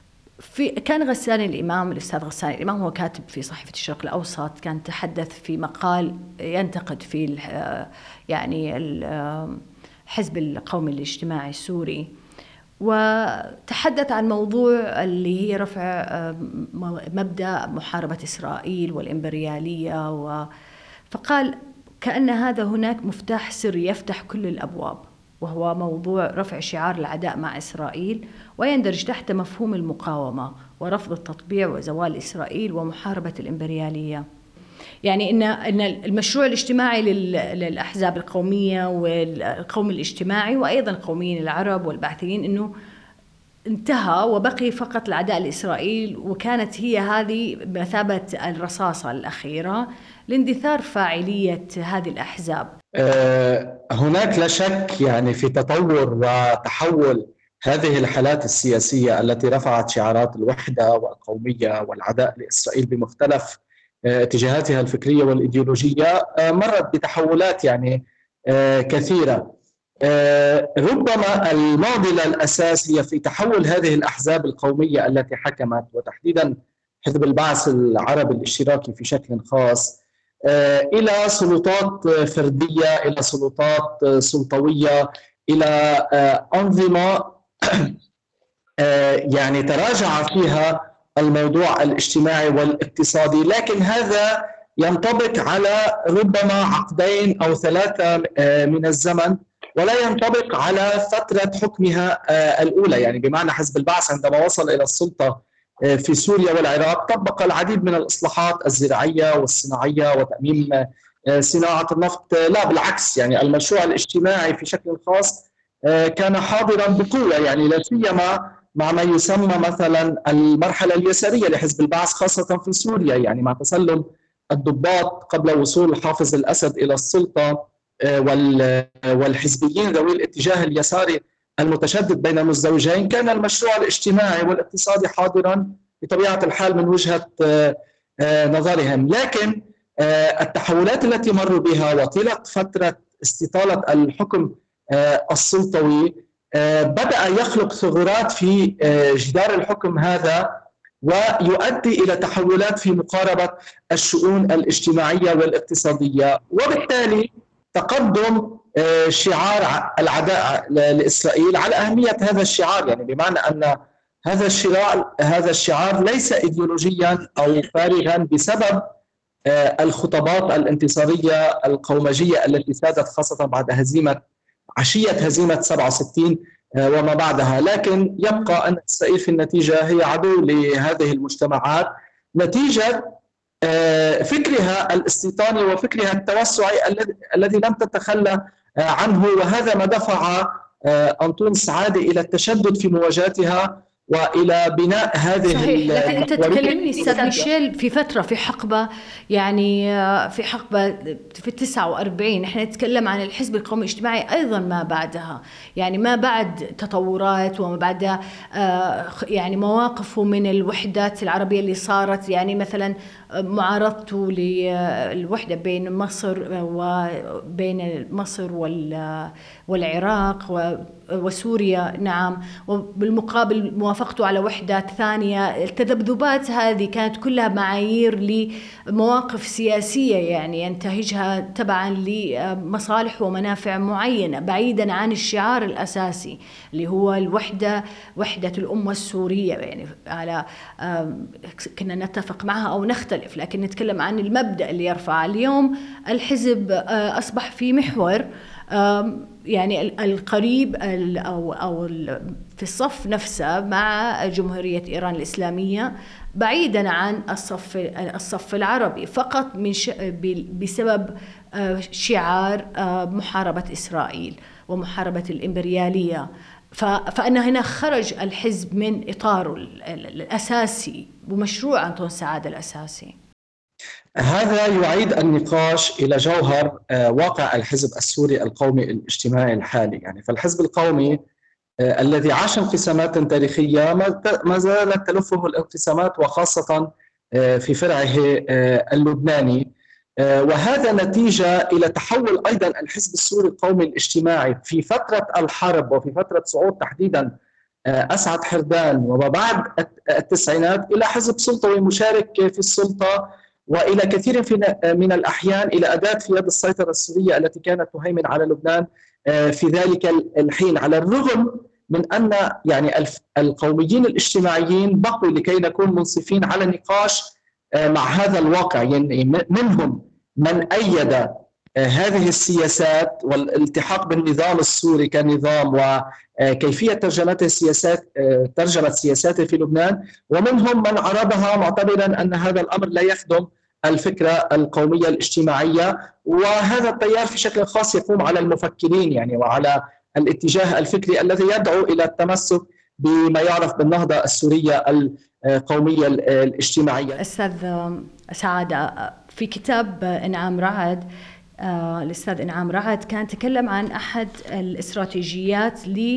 في كان غسان الإمام، الأستاذ غسان الإمام هو كاتب في صحيفة الشرق الأوسط، كان تحدث في مقال ينتقد فيه يعني الحزب القومي الاجتماعي السوري، وتحدث عن موضوع اللي هي رفع مبدأ محاربة إسرائيل والإمبريالية، و فقال كأن هذا هناك مفتاح سري يفتح كل الأبواب، وهو موضوع رفع شعار العداء مع إسرائيل، ويندرج تحت مفهوم المقاومة ورفض التطبيع وزوال إسرائيل ومحاربة الإمبريالية. يعني إن إن المشروع الاجتماعي للأحزاب القومية والقوم الاجتماعي وأيضا القوميين العرب والبعثيين إنه انتهى وبقي فقط العداء لإسرائيل، وكانت هي هذه بمثابة الرصاصة الأخيرة لاندثار فاعلية هذه الأحزاب. هناك لا شك يعني في تطور وتحول هذه الحالات السياسية التي رفعت شعارات الوحدة والقومية والعداء لإسرائيل بمختلف اتجاهاتها الفكرية والإيديولوجية، مرت بتحولات يعني كثيرة. ربما المعضلة الأساس هي في تحول هذه الأحزاب القومية التي حكمت، وتحديدا حزب البعث العربي الاشتراكي في شكل خاص، إلى سلطات فردية، إلى سلطات سلطوية، إلى أنظمة يعني تراجع فيها الموضوع الاجتماعي والاقتصادي، لكن هذا ينطبق على ربما عقدين أو ثلاثة من الزمن، ولا ينطبق على فترة حكمها الأولى. يعني بمعنى حزب البعث عندما وصل إلى السلطة في سوريا والعراق طبق العديد من الإصلاحات الزراعية والصناعية وتأميم صناعة النفط، لا بالعكس، يعني المشروع الاجتماعي في شكل خاص كان حاضرا بقوة، يعني لا سيما مع ما يسمى مثلا المرحلة اليسارية لحزب البعث خاصة في سوريا، يعني مع تسلم الضباط قبل وصول حافظ الأسد إلى السلطة والحزبيين ذوي الاتجاه اليساري المتشدد بين المزدوجين، كان المشروع الاجتماعي والاقتصادي حاضرا بطبيعة الحال من وجهة نظرهم. لكن التحولات التي مروا بها وطيلة فترة استطالة الحكم السلطوي بدأ يخلق ثغرات في جدار الحكم هذا، ويؤدي إلى تحولات في مقاربة الشؤون الاجتماعية والاقتصادية، وبالتالي تقدم شعار العداء لإسرائيل على أهمية هذا الشعار، يعني بمعنى أن هذا الشعار هذا الشعار ليس إيديولوجيا أو فارغا بسبب الخطابات الانتصارية القومجية التي سادت خاصة بعد هزيمة عشية هزيمة سبعة وستين وما بعدها، لكن يبقى أن إسرائيل في النتيجة هي عدو لهذه المجتمعات نتيجة فكرها الاستيطاني وفكرها التوسعي الذي لم تتخلى عنه، وهذا ما دفع أنطون سعادة إلى التشدد في مواجهتها وإلى بناء هذه. صحيح، لكن أنت تكلمني أستاذ ميشيل في فترة في حقبة، يعني في حقبة في التسعة وأربعين احنا نتكلم عن الحزب القومي الاجتماعي أيضا ما بعدها، يعني ما بعد تطورات وما بعد يعني مواقفه من الوحدات العربية اللي صارت، يعني مثلا معارضته للوحدة بين مصر وبين مصر والعراق وسوريا، نعم، وبالمقابل موافقته على وحدات ثانية. التذبذبات هذه كانت كلها معايير لمواقف سياسية يعني ينتهجها تبعا لمصالح ومنافع معينة بعيدا عن الشعار الأساسي اللي هو الوحدة، وحدة الأمة السورية. يعني على كنا نتفق معها أو نختلف، لكن نتكلم عن المبدأ اللي يرفع. اليوم الحزب أصبح في محور يعني القريب أو أو في الصف نفسه مع جمهورية إيران الإسلامية، بعيدا عن الصف الصف العربي فقط من بسبب شعار محاربة إسرائيل ومحاربة الإمبريالية. فأن هنا خرج الحزب من إطاره الأساسي ومشروع أنطون سعادة الأساسي. هذا يعيد النقاش إلى جوهر واقع الحزب السوري القومي الاجتماعي الحالي. يعني فالحزب القومي الذي عاش انقسامات تاريخية ما زالت تلفه الانقسامات، وخاصة في فرعه اللبناني، وهذا نتيجة إلى تحول أيضا الحزب السوري القومي الاجتماعي في فترة الحرب وفي فترة صعود تحديدا أسعد حردان وما بعد التسعينات إلى حزب سلطوي مشارك في السلطة، وإلى كثير من الأحيان إلى أداة في يد السيطرة السورية التي كانت تهيمن على لبنان في ذلك الحين، على الرغم من أن يعني القوميين الاجتماعيين بقوا لكي نكون منصفين على النقاش مع هذا الواقع. يعني منهم من أيد هذه السياسات والالتحاق بالنظام السوري كنظام وكيفية ترجمة السياسات ترجمة سياساته في لبنان، ومنهم من عرضها معتبرا أن هذا الأمر لا يخدم الفكرة القومية الاجتماعية. وهذا التيار في شكل خاص يقوم على المفكرين يعني وعلى الاتجاه الفكري الذي يدعو إلى التمسك بما يعرف بالنهضة السورية القومية الاجتماعية. أستاذ سعادة، في كتاب إنعام رعد آه، الأستاذ إنعام رعد كان تكلم عن أحد الاستراتيجيات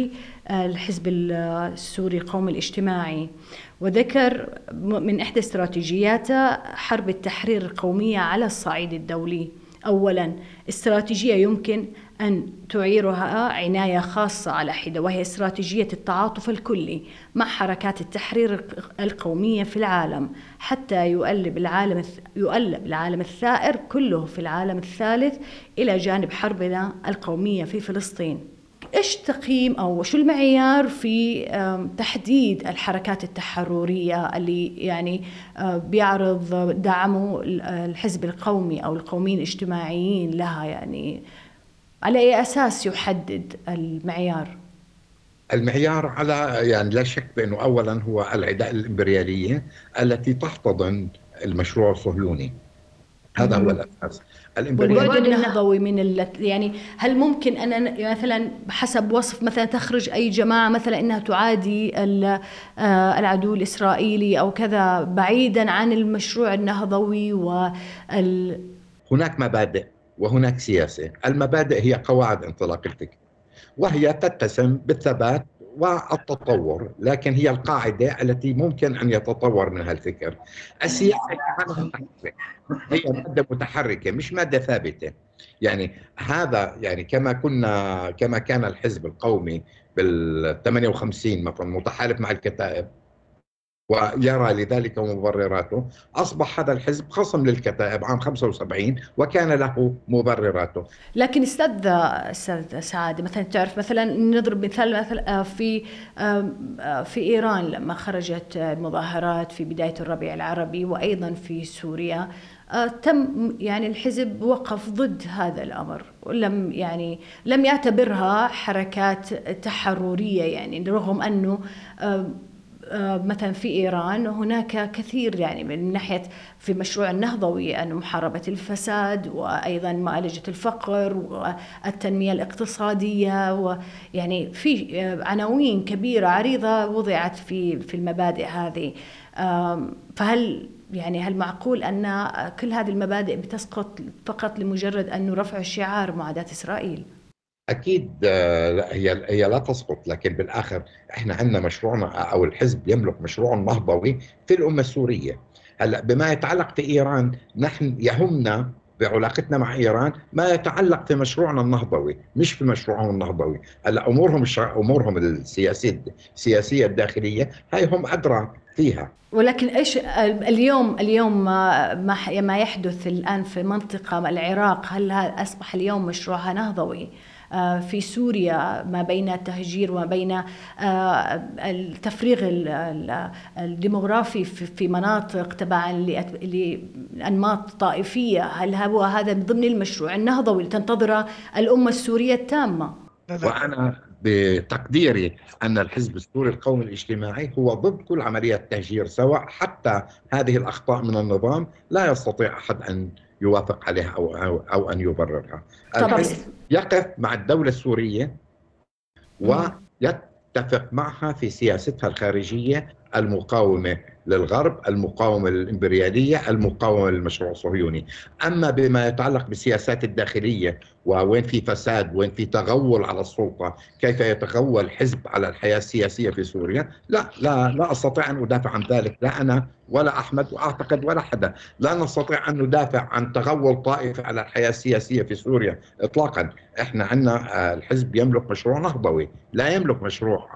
للحزب السوري القومي الاجتماعي، وذكر من إحدى استراتيجياته حرب التحرير القومية على الصعيد الدولي. أولاً، استراتيجية يمكن أن تعيرها عناية خاصة على حدة، وهي استراتيجية التعاطف الكلي مع حركات التحرير القومية في العالم حتى يؤلب العالم يؤلب العالم الثائر كله في العالم الثالث إلى جانب حربنا القومية في فلسطين. إيش تقييم أو شو المعيار في تحديد الحركات التحررية اللي يعني بيعرض دعمه الحزب القومي أو القوميين الاجتماعيين لها؟ يعني على أي أساس يحدد المعيار؟ المعيار على يعني لا شك بأنه أولا هو العداء الإمبريالية التي تحتضن المشروع الصهيوني، هذا هو الأساس. والبعد النهضوي من ال... يعني هل ممكن أن مثلا بحسب وصف مثلا تخرج أي جماعة مثلا إنها تعادي العدو الإسرائيلي أو كذا بعيدا عن المشروع النهضوي؟ وال... هناك مبادئ وهناك سياسة. المبادئ هي قواعد انطلاق الفكر، وهي تتسم بالثبات والتطور، لكن هي القاعدة التي ممكن أن يتطور منها الفكر. السياسة هي مادة متحركة مش مادة ثابتة. يعني هذا يعني كما كنا كما كان الحزب القومي بال ثمانية وخمسين مثلا متحالف مع الكتائب ويرى لذلك مبرراته، أصبح هذا الحزب خصم للكتائب عام خمسة وسبعين وكان له مبرراته. لكن استاذ استاذ سعادة، مثلا تعرف مثلا نضرب مثال مثلا في في إيران لما خرجت المظاهرات في بداية الربيع العربي، وأيضا في سوريا تم يعني الحزب وقف ضد هذا الأمر ولم يعني لم يعتبرها حركات تحررية، يعني رغم أنه مثلا في إيران هناك كثير يعني من ناحية في مشروع النهضوي أن محاربة الفساد وأيضا معالجة الفقر والتنمية الاقتصادية، ويعني في عناوين كبيرة عريضة وضعت في في المبادئ هذه. فهل يعني هل معقول أن كل هذه المبادئ بتسقط فقط لمجرد أنه رفع شعار معاداة إسرائيل؟ أكيد هي هي لا تسقط، لكن بالآخر إحنا عندنا مشروعنا أو الحزب يملك مشروع نهضوي في الأمة السورية. هلا بما يتعلق في إيران، نحن يهمنا بعلاقتنا مع إيران ما يتعلق في مشروعنا النهضوي مش في مشروعهم النهضوي. هلا أمورهم أمورهم السياسية السياسية الداخلية هاي هم أدرى فيها. ولكن ايش اليوم اليوم ما ما يحدث الآن في منطقة العراق، هل أصبح اليوم مشروعها نهضوي؟ في سوريا ما بين التهجير وما بين التفريغ الديموغرافي في مناطق تبعا لأنماط طائفية، هل هو هذا ضمن المشروع النهضوي اللي تنتظره الأمة السورية التامة؟ وأنا بتقديري أن الحزب السوري القومي الاجتماعي هو ضد كل عملية تهجير، سواء حتى هذه الأخطاء من النظام لا يستطيع أحد أن يوافق عليها أو, أو, أو أن يبررها. الحزب يقف مع الدولة السورية ويتفق معها في سياستها الخارجية المقاومة للغرب، المقاومة للإمبريالية، المقاومة للمشروع الصهيوني. أما بما يتعلق بالسياسات الداخلية ووين في فساد، وين في تغول على السلطة، كيف يتغول حزب على الحياة السياسية في سوريا. لا لا لا أستطيع أن أدافع عن ذلك، لا أنا ولا أحمد، وأعتقد ولا حدا. لا نستطيع أن ندافع عن تغول طائفي على الحياة السياسية في سوريا إطلاقا. إحنا عندنا الحزب يملك مشروع نهضوي، لا يملك مشروع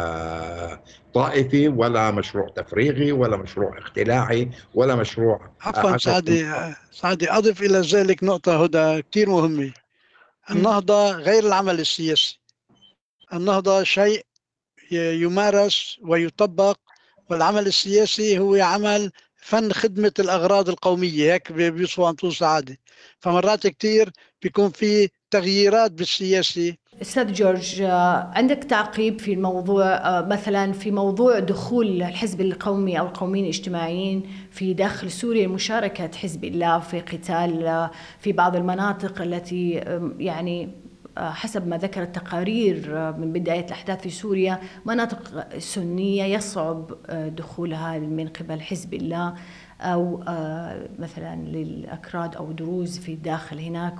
طائفي ولا مشروع تفريغي ولا مشروع اختلاعي ولا مشروع. عفوا سعدي سعدي أضف إلى ذلك نقطة هدى كثير مهمة. النهضة غير العمل السياسي. النهضة شيء يمارس ويطبق، والعمل السياسي هو عمل فن خدمة الأغراض القومية، هيك بيوصفوا أنطون سعادة. فمرات كتير بيكون في تغييرات بالسياسي. أستاذ جورج، عندك تعقيب في الموضوع، مثلا في موضوع دخول الحزب القومي أو القوميين الاجتماعيين في داخل سوريا، مشاركة حزب الله في قتال في بعض المناطق التي يعني حسب ما ذكرت التقارير من بداية الأحداث في سوريا مناطق سنية يصعب دخولها من قبل حزب الله أو مثلا للأكراد أو دروز في الداخل هناك،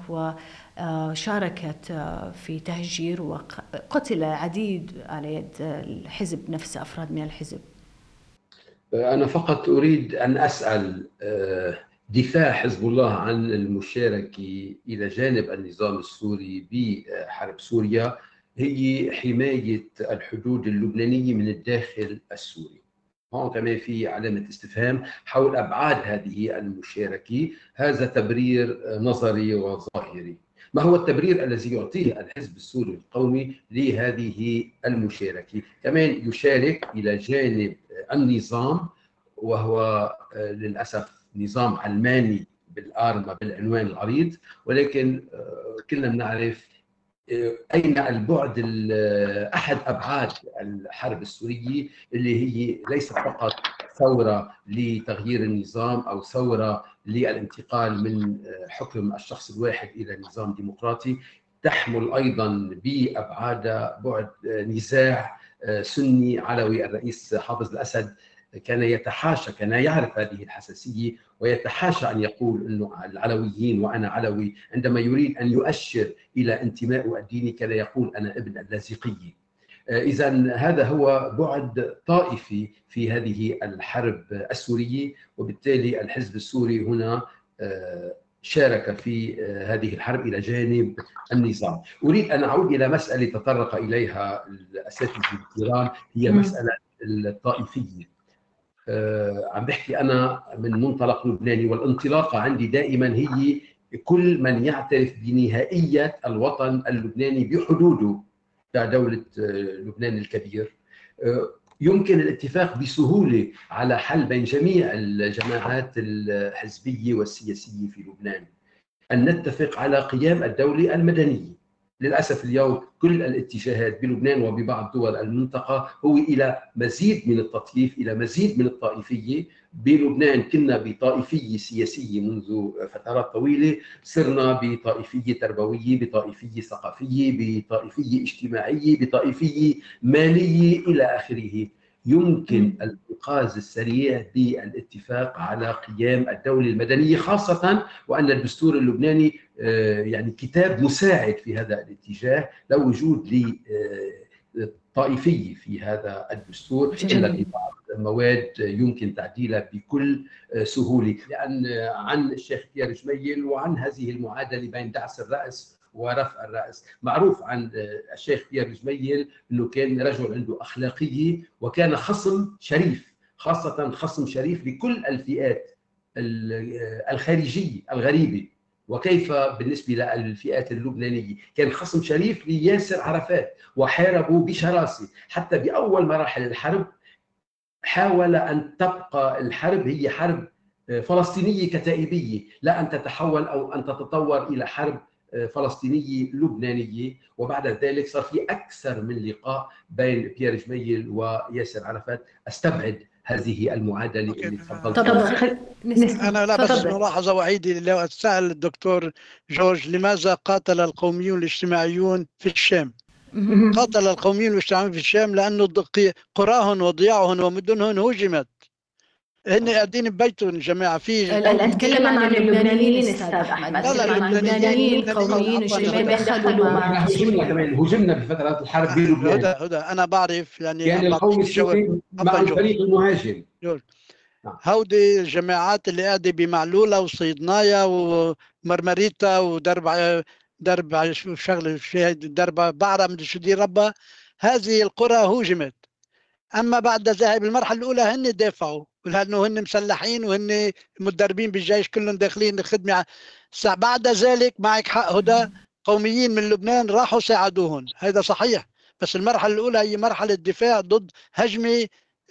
وشاركت في تهجير وقتل العديد على يد الحزب نفسه، أفراد من الحزب. أنا فقط أريد أن أسأل، دفاع حزب الله عن المشاركة إلى جانب النظام السوري بحرب سوريا هي حماية الحدود اللبنانية من الداخل السوري. هون كمان في علامة استفهام حول أبعاد هذه المشاركة. هذا تبرير نظري وظاهري. ما هو التبرير الذي يعطيه الحزب السوري القومي لهذه المشاركة؟ كمان يشارك إلى جانب النظام، وهو للأسف نظام علماني بالآرمة بالعنوان العريض، ولكن كلنا بنعرف أين البعد أحد أبعاد الحرب السورية، اللي هي ليست فقط ثورة لتغيير النظام أو ثورة للانتقال من حكم الشخص الواحد إلى نظام ديمقراطي، تحمل أيضا بأبعاد بعد نزاع سني علوي. الرئيس حافظ الأسد كان يتحاشى، كان يعرف هذه الحساسية ويتحاشى أن يقول أنه العلويين وأنا علوي. عندما يريد أن يؤشر إلى انتمائه الديني كان يقول أنا ابن اللاذقية. إذن هذا هو بعد طائفي في هذه الحرب السورية، وبالتالي الحزب السوري هنا شارك في هذه الحرب إلى جانب النظام. أريد أن أعود إلى مسألة تطرق إليها الأساتذة الكرام، هي مسألة الطائفية. عم بحكي أنا من منطلق لبناني، والانطلاقة عندي دائما هي كل من يعترف بنهائية الوطن اللبناني بحدوده كدولة لبنان الكبير. يمكن الاتفاق بسهولة على حل بين جميع الجماعات الحزبية والسياسية في لبنان، أن نتفق على قيام الدولة المدنية. للأسف اليوم كل الاتجاهات بلبنان وببعض دول المنطقة هو إلى مزيد من التطييف، إلى مزيد من الطائفية. بلبنان كنا بطائفية سياسية منذ فترات طويلة، صرنا بطائفية تربوية، بطائفية ثقافية، بطائفية اجتماعية، بطائفية مالية إلى آخره. يمكن الإنقاذ السريع بالاتفاق على قيام الدولة المدنية، خاصة وأن الدستور اللبناني يعني كتاب مساعد في هذا الاتجاه، لو وجود لطائفية في هذا الدستور إلا في بعض المواد يمكن تعديلها بكل سهولة. لأن عن الشيخ بيير جميل وعن هذه المعادلة بين دعس الرأس ورفع الرأس، معروف عن الشيخ بيير جميل أنه كان رجل عنده أخلاقية وكان خصم شريف، خاصة خصم شريف لكل الفئات الخارجية الغريبة. وكيف بالنسبة للفئات اللبنانية؟ كان خصم شريف لياسر عرفات وحاربوا بشراسة، حتى بأول مراحل الحرب حاول أن تبقى الحرب هي حرب فلسطينية كتائبية، لا أن تتحول أو أن تتطور إلى حرب فلسطينية لبنانية. وبعد ذلك صار في أكثر من لقاء بين بيير جميل وياسر عرفات. أستبعد هذه المعادلة اللي تفضلت. أنا لا بس ملاحظة وحيدة لو أتساءل الدكتور جورج، لماذا قاتل القوميون الاجتماعيون في الشام؟ قاتل القوميون الاجتماعيون في الشام لأنه قراهم وضياعهم ومدنهم هجمت، هن قاعدين ببيتهم الجماعه في لا نتكلم عن اللبنانيين استاذ احمد. لا لا اللبنانيين القوميين اللي دخلوا مع هجمنا كمان هجمنا بفترات الحرب بلبنان. هدى هدى انا بعرف يعني كان القومي السوري مع الفريق المهاجم. هودي الجماعات اللي قاعده بمعلوله وصيدنايا ومرمريتا ودرب درب شغله درب بعرة من شو دي ربها، هذه القرى هوجمت. اما بعد ذهب المرحله الاولى هن دافعوا لانه هن مسلحين وهن متدربين بالجيش كلهم داخلين الخدمه. بعد ذلك معك حق هدى، قوميين من لبنان راحوا ساعدوهم، هذا صحيح، بس المرحله الاولى هي مرحله دفاع ضد هجمه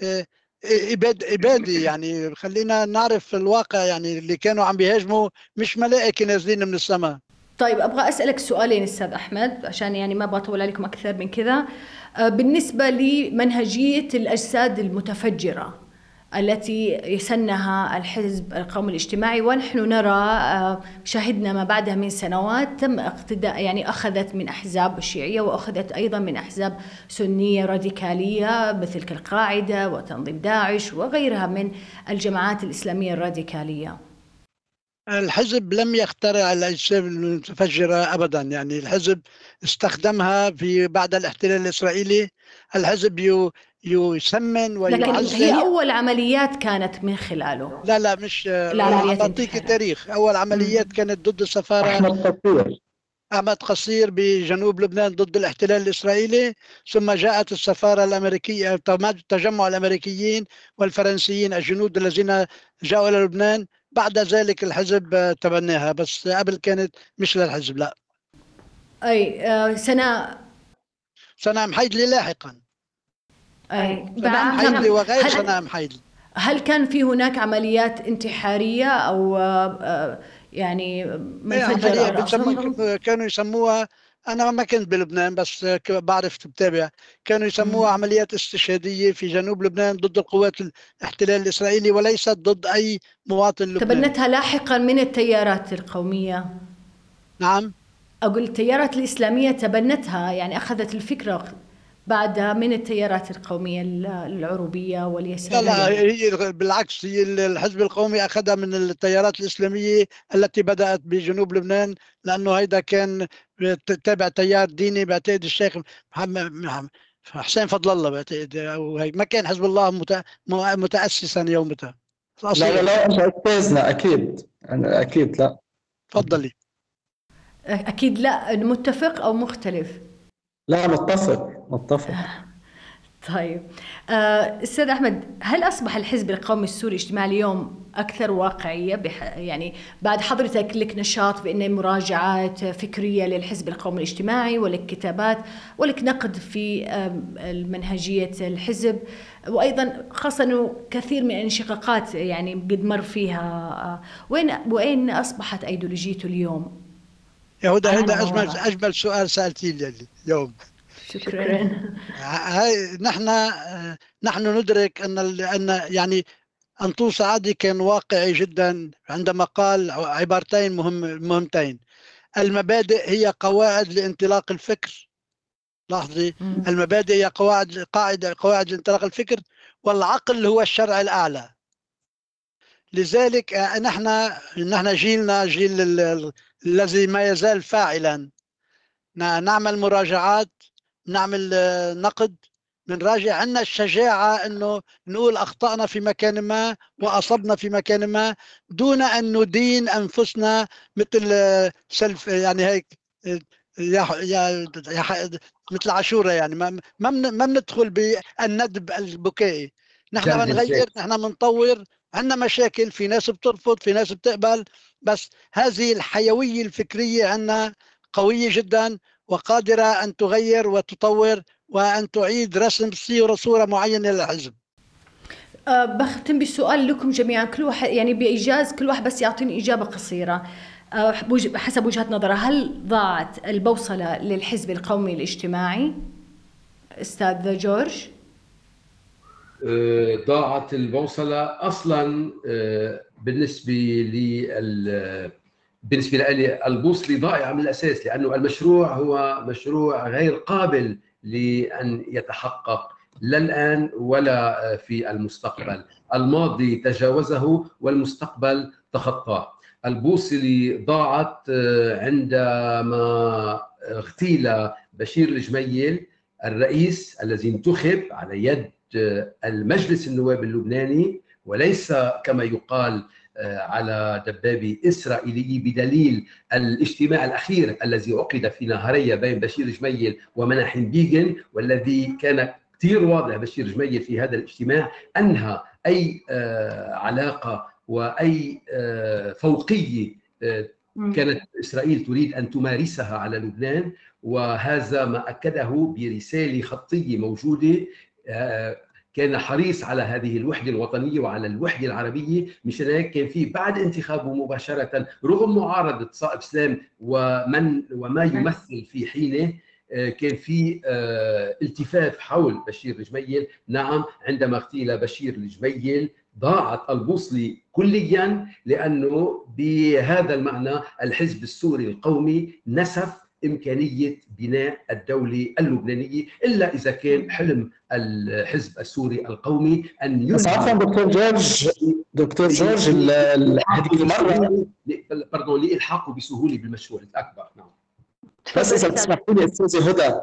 إباد إبادي. يعني خلينا نعرف الواقع، يعني اللي كانوا عم بيهاجموا مش ملائكة نازلين من السماء. طيب أبغى أسألك سؤالين أستاذ أحمد عشان يعني ما بطول عليكم أكثر من كذا. بالنسبة لمنهجية الأجساد المتفجرة التي يسنها الحزب القومي الاجتماعي، ونحن نرى شاهدنا ما بعدها من سنوات تم اقتداء، يعني أخذت من أحزاب الشيعية وأخذت أيضا من أحزاب سنية راديكالية مثل القاعدة وتنظيم داعش وغيرها من الجماعات الإسلامية الراديكالية. الحزب لم يخترع الأجسام المتفجرة أبدا، يعني الحزب استخدمها في بعد الاحتلال الإسرائيلي. الحزب يو يسمن ويعزز. لكن هي أول عمليات كانت من خلاله. لا لا مش أعطيك التاريخ. أول عمليات م. كانت ضد السفارة أحمد قصير أحمد قصير بجنوب لبنان ضد الاحتلال الإسرائيلي، ثم جاءت السفارة الأمريكية، تجمع الأمريكيين والفرنسيين الجنود الذين جاءوا إلى لبنان. بعد ذلك الحزب تبناها، بس قبل كانت مش للحزب. لا أي آه سنة سنة محيدلي لاحقا. أي سنة محيدلي وغير سنة محيدلي. هل كان في هناك عمليات انتحارية أو آه يعني منفجرة؟ كانوا يسموها، أنا ما كنت بلبنان بس بعرف تتابع، كانوا يسموها عمليات استشهادية في جنوب لبنان ضد القوات الاحتلال الإسرائيلي وليست ضد أي مواطن لبناني. تبنتها لاحقا من التيارات القومية. نعم أقول التيارات الإسلامية تبنتها، يعني أخذت الفكرة بعدها من التيارات القومية العروبية واليسارية. لا لا هي بالعكس، هي الحزب القومي أخذها من التيارات الإسلامية التي بدأت بجنوب لبنان، لأنه هيدا كان تابع تيار ديني بعتقد الشيخ محمد حسين فضل الله بعتقد، أو هي ما كان حزب الله متأسسا يومتها. لا لا لا أنت أستاذنا أكيد أنا أكيد لا. تفضلي. أكيد لا، متفق أو مختلف؟ لا متفق متفق. طيب أستاذ أحمد، هل أصبح الحزب القومي السوري الاجتماعي اليوم أكثر واقعية بح... يعني بعد حضرتك لك نشاط بأن مراجعات فكرية للحزب القومي الاجتماعي ولك كتابات ولك نقد في منهجية الحزب، وأيضا خاصة أنه كثير من الانشقاقات يعني قد مر فيها، وين وين أصبحت أيديولوجيته اليوم؟ يا هدى هذا أجمل أجمل سؤال سألتي لي اليوم. شكرا. هاي نحن نحن ندرك أن أن يعني أنطون سعادي كان واقعي جدا عندما قال عبارتين مهم مهمتين: المبادئ هي قواعد لانطلاق الفكر. لاحظي، المبادئ هي قواعد قاعدة قواعد لانطلاق الفكر، والعقل هو الشرع الأعلى. لذلك نحن نحن جيلنا جيل الذي ما يزال فاعلا، نعمل مراجعات، نعمل نقد، بنراجع. عندنا الشجاعة انه نقول اخطأنا في مكان ما واصبنا في مكان ما دون ان ندين انفسنا مثل سلف يعني هيك يا يا مثل عاشوره، يعني ما ما ما بندخل بالندب البكائي. نحن بنغير، نحن بنطور. عندنا مشاكل، في ناس بترفض، في ناس بتقبل، بس هذه الحيوية الفكرية عندنا قوية جدا وقادرة أن تغير وتطور وأن تعيد رسم صورة معينة للحزب. أه بختم بالسؤال لكم جميعا، كل واحد يعني بإيجاز كل واحد بس يعطيني إجابة قصيرة أه حسب وجهة نظره. هل ضاعت البوصلة للحزب القومي الاجتماعي أستاذ جورج؟ أه ضاعت البوصلة أصلا. أه بالنسبة لي بالنسبة لي البوصلة ضائعة من الأساس، لأنه المشروع هو مشروع غير قابل لأن يتحقق لا الآن ولا في المستقبل. الماضي تجاوزه والمستقبل تخطاه. البوصلة ضاعت عندما اغتيل بشير الجميل الرئيس الذي انتخب على يد المجلس النواب اللبناني، وليس كما يقال على دبابة إسرائيلية، بدليل الاجتماع الأخير الذي عقد في نهارية بين بشير جميل ومناحم بيغن، والذي كان كثير واضح بشير جميل في هذا الاجتماع أنهى أي علاقة وأي فوقية كانت إسرائيل تريد أن تمارسها على لبنان. وهذا ما أكده برسالة خطية موجودة. كان حريص على هذه الوحدة الوطنية وعلى الوحدة العربية. مشان هيك كان في بعد انتخابه مباشرة، رغم معارضة صائب سلام ومن وما يمثل في حينه، كان في التفاف حول بشير الجميل. نعم، عندما اغتيل بشير الجميل ضاعت البوصلة كليا، لأنه بهذا المعنى الحزب السوري القومي نسف إمكانية بناء الدولة اللبنانية، إلا إذا كان حلم الحزب السوري القومي أن ينهي. بس عفوا دكتور جورج دكتور جورج هذه المرة برضو لإلحاقه بسهولة بالمشروع الأكبر. نعم. بس إذا تسمحوا لي أستاذة هدى،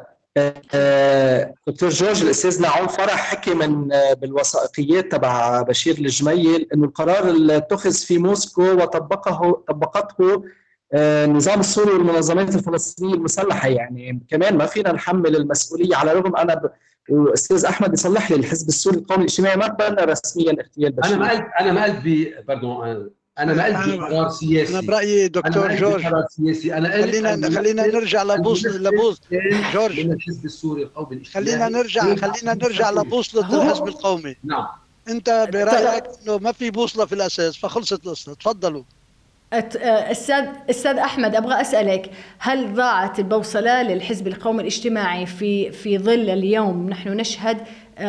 دكتور جورج الأستاذ نعوم فرح حكي من بالوثائقيات تبع بشير الجميل إنه القرار اللي اتخذ في موسكو وطبقه طبقته النظام السوري والمنظمات الفلسطينية المسلحة، يعني كمان ما فينا نحمل المسؤولية. على الرغم أنا ب... أستاذ أحمد يصلح لي، الحزب السوري القومي الاجتماعي ما بنى رسميا اغتيال بشير. أنا ما قلت أنا ما قلت ب باردون أنا ما قلت بقرار سياسي. أنا برأيي دكتور جورج أنا خلينا خلينا نرجع لبوصلة لبوص جورج من الحزب السوري القومي الاجتماعي. خلينا نرجع خلينا نرجع لبوصلة الحزب القومي. نعم. أنت برأيك إنه ما في بوصلة في الأساس فخلصت القصة. تفضلوا. أستاذ أستاذ أحمد، أبغى أسألك، هل ضاعت البوصلة للحزب القومي الاجتماعي في في ظل اليوم نحن نشهد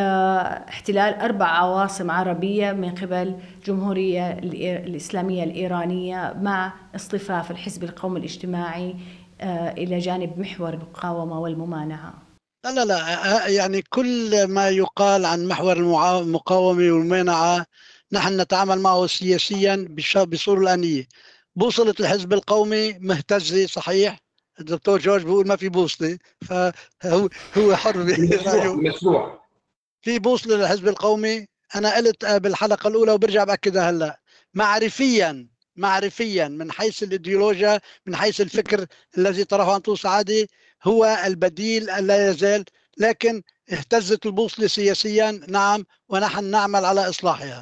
احتلال أربع عواصم عربية من قبل الجمهورية الإسلامية الإيرانية، مع اصطفاف الحزب القومي الاجتماعي إلى جانب محور المقاومة والممانعة؟ لا لا لا يعني كل ما يقال عن محور المقاومة والممانعة نحن نتعامل معه سياسيا بصورة الآنية. بوصلة الحزب القومي مهتزة صحيح، الدكتور جورج بيقول ما في بوصلة، فهو هو حر برأيه. مشروع في بوصلة للحزب القومي. أنا قلت بالحلقة الأولى وبرجع بأكدها هلا، معرفيا معرفيا من حيث الإيديولوجيا، من حيث الفكر الذي طرحه أنطون سعادة هو البديل لا يزال، لكن اهتزت البوصلة سياسيا. نعم، ونحن نعمل على إصلاحها.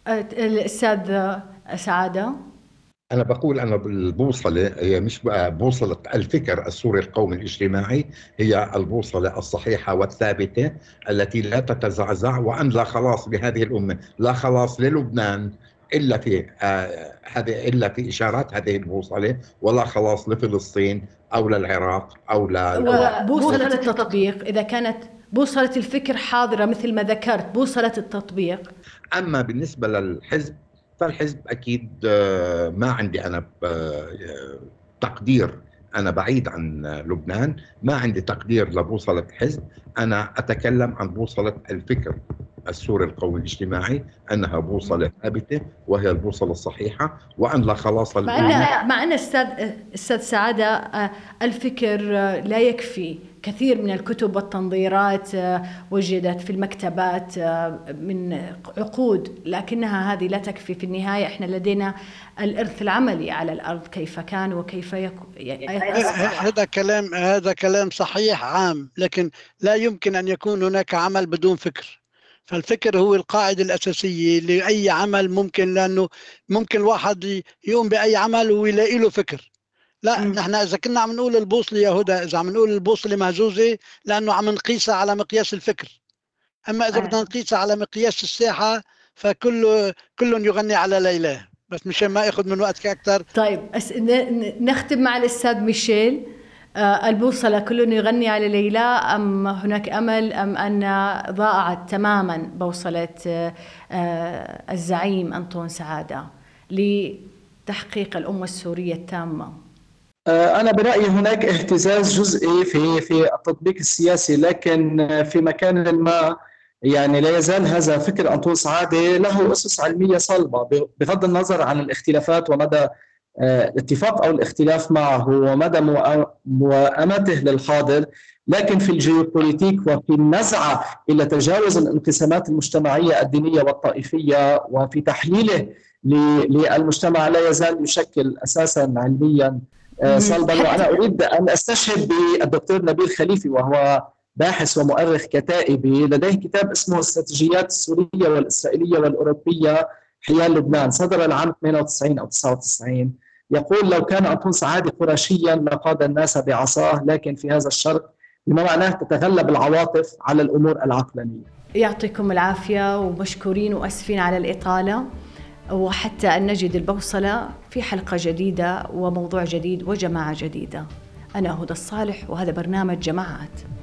الأستاذ سعادة، أنا بقول أن البوصلة هي مش بوصلة الفكر السوري القومي الاجتماعي، هي البوصلة الصحيحة والثابتة التي لا تتزعزع، وأن لا خلاص بهذه الأمة، لا خلاص للبنان إلا في آه هذه إلا في إشارات هذه البوصلة، ولا خلاص لفلسطين أو للعراق أو ل بوصلة التطبيق. إذا كانت بوصلة الفكر حاضرة مثل ما ذكرت، بوصلة التطبيق. أما بالنسبة للحزب فالحزب أكيد ما عندي أنا تقدير، أنا بعيد عن لبنان، ما عندي تقدير لبوصلة حزب. أنا أتكلم عن بوصلة الفكر السوري القومي الاجتماعي، أنها بوصلة ثابتة وهي البوصلة الصحيحة، وأن لا خلاص مع أن مع أن أستاذ أستاذ سعادة الفكر لا يكفي. كثير من الكتب والتنظيرات وجدت في المكتبات من عقود، لكنها هذه لا تكفي. في النهاية احنا لدينا الإرث العملي على الأرض، كيف كان وكيف يكون. هذا كلام هذا كلام صحيح عام، لكن لا يمكن أن يكون هناك عمل بدون فكر. فالفكر هو القاعدة الأساسية لأي عمل ممكن، لأنه ممكن الواحد يقوم بأي عمل ويلاقي له فكر. لا، نحن إذا كنا عم نقول البوصلة يا هدى، إذا عم نقول البوصلة مهزوزة لأنه عم نقيسها على مقياس الفكر. أما إذا بدنا نقيسها على مقياس الساحة فكل كل يغني على ليلى. بس مشان ما أخذ من وقتك أكثر. طيب نختم مع الأستاذ ميشيل. البوصلة كل يغني على ليلى، أم هناك أمل، أم أن ضاعت تماما بوصلة الزعيم أنطون سعادة لتحقيق الأمة السورية التامة؟ أنا برأيي هناك اهتزاز جزئي في في التطبيق السياسي، لكن في مكان ما يعني لا يزال هذا فكر أنطون سعادة له أسس علمية صلبة بغض النظر عن الاختلافات ومدى الاتفاق أو الاختلاف معه ومدى موائمته للحاضر. لكن في الجيوبوليتيك وفي النزعة إلى تجاوز الانقسامات المجتمعية الدينية والطائفية وفي تحليله للمجتمع لا يزال يشكل أساسا علميا صلبا. وأنا أريد أن أستشهد بالدكتور نبيل خليفي، وهو باحث ومؤرخ كتائبي، لديه كتاب اسمه استراتيجيات السورية والإسرائيلية والأوروبية حيال لبنان، صدر العام ثمانية وتسعين أو تسعة وتسعين. يقول: لو كان أنطون سعادة قرشيا لقاد الناس بعصاه، لكن في هذا الشرق بما معناه تتغلب العواطف على الأمور العقلانية. يعطيكم العافية ومشكورين وأسفين على الإطالة، وحتى أن نجد البوصلة في حلقة جديدة وموضوع جديد وجماعة جديدة. أنا هدى الصالح وهذا برنامج جماعات.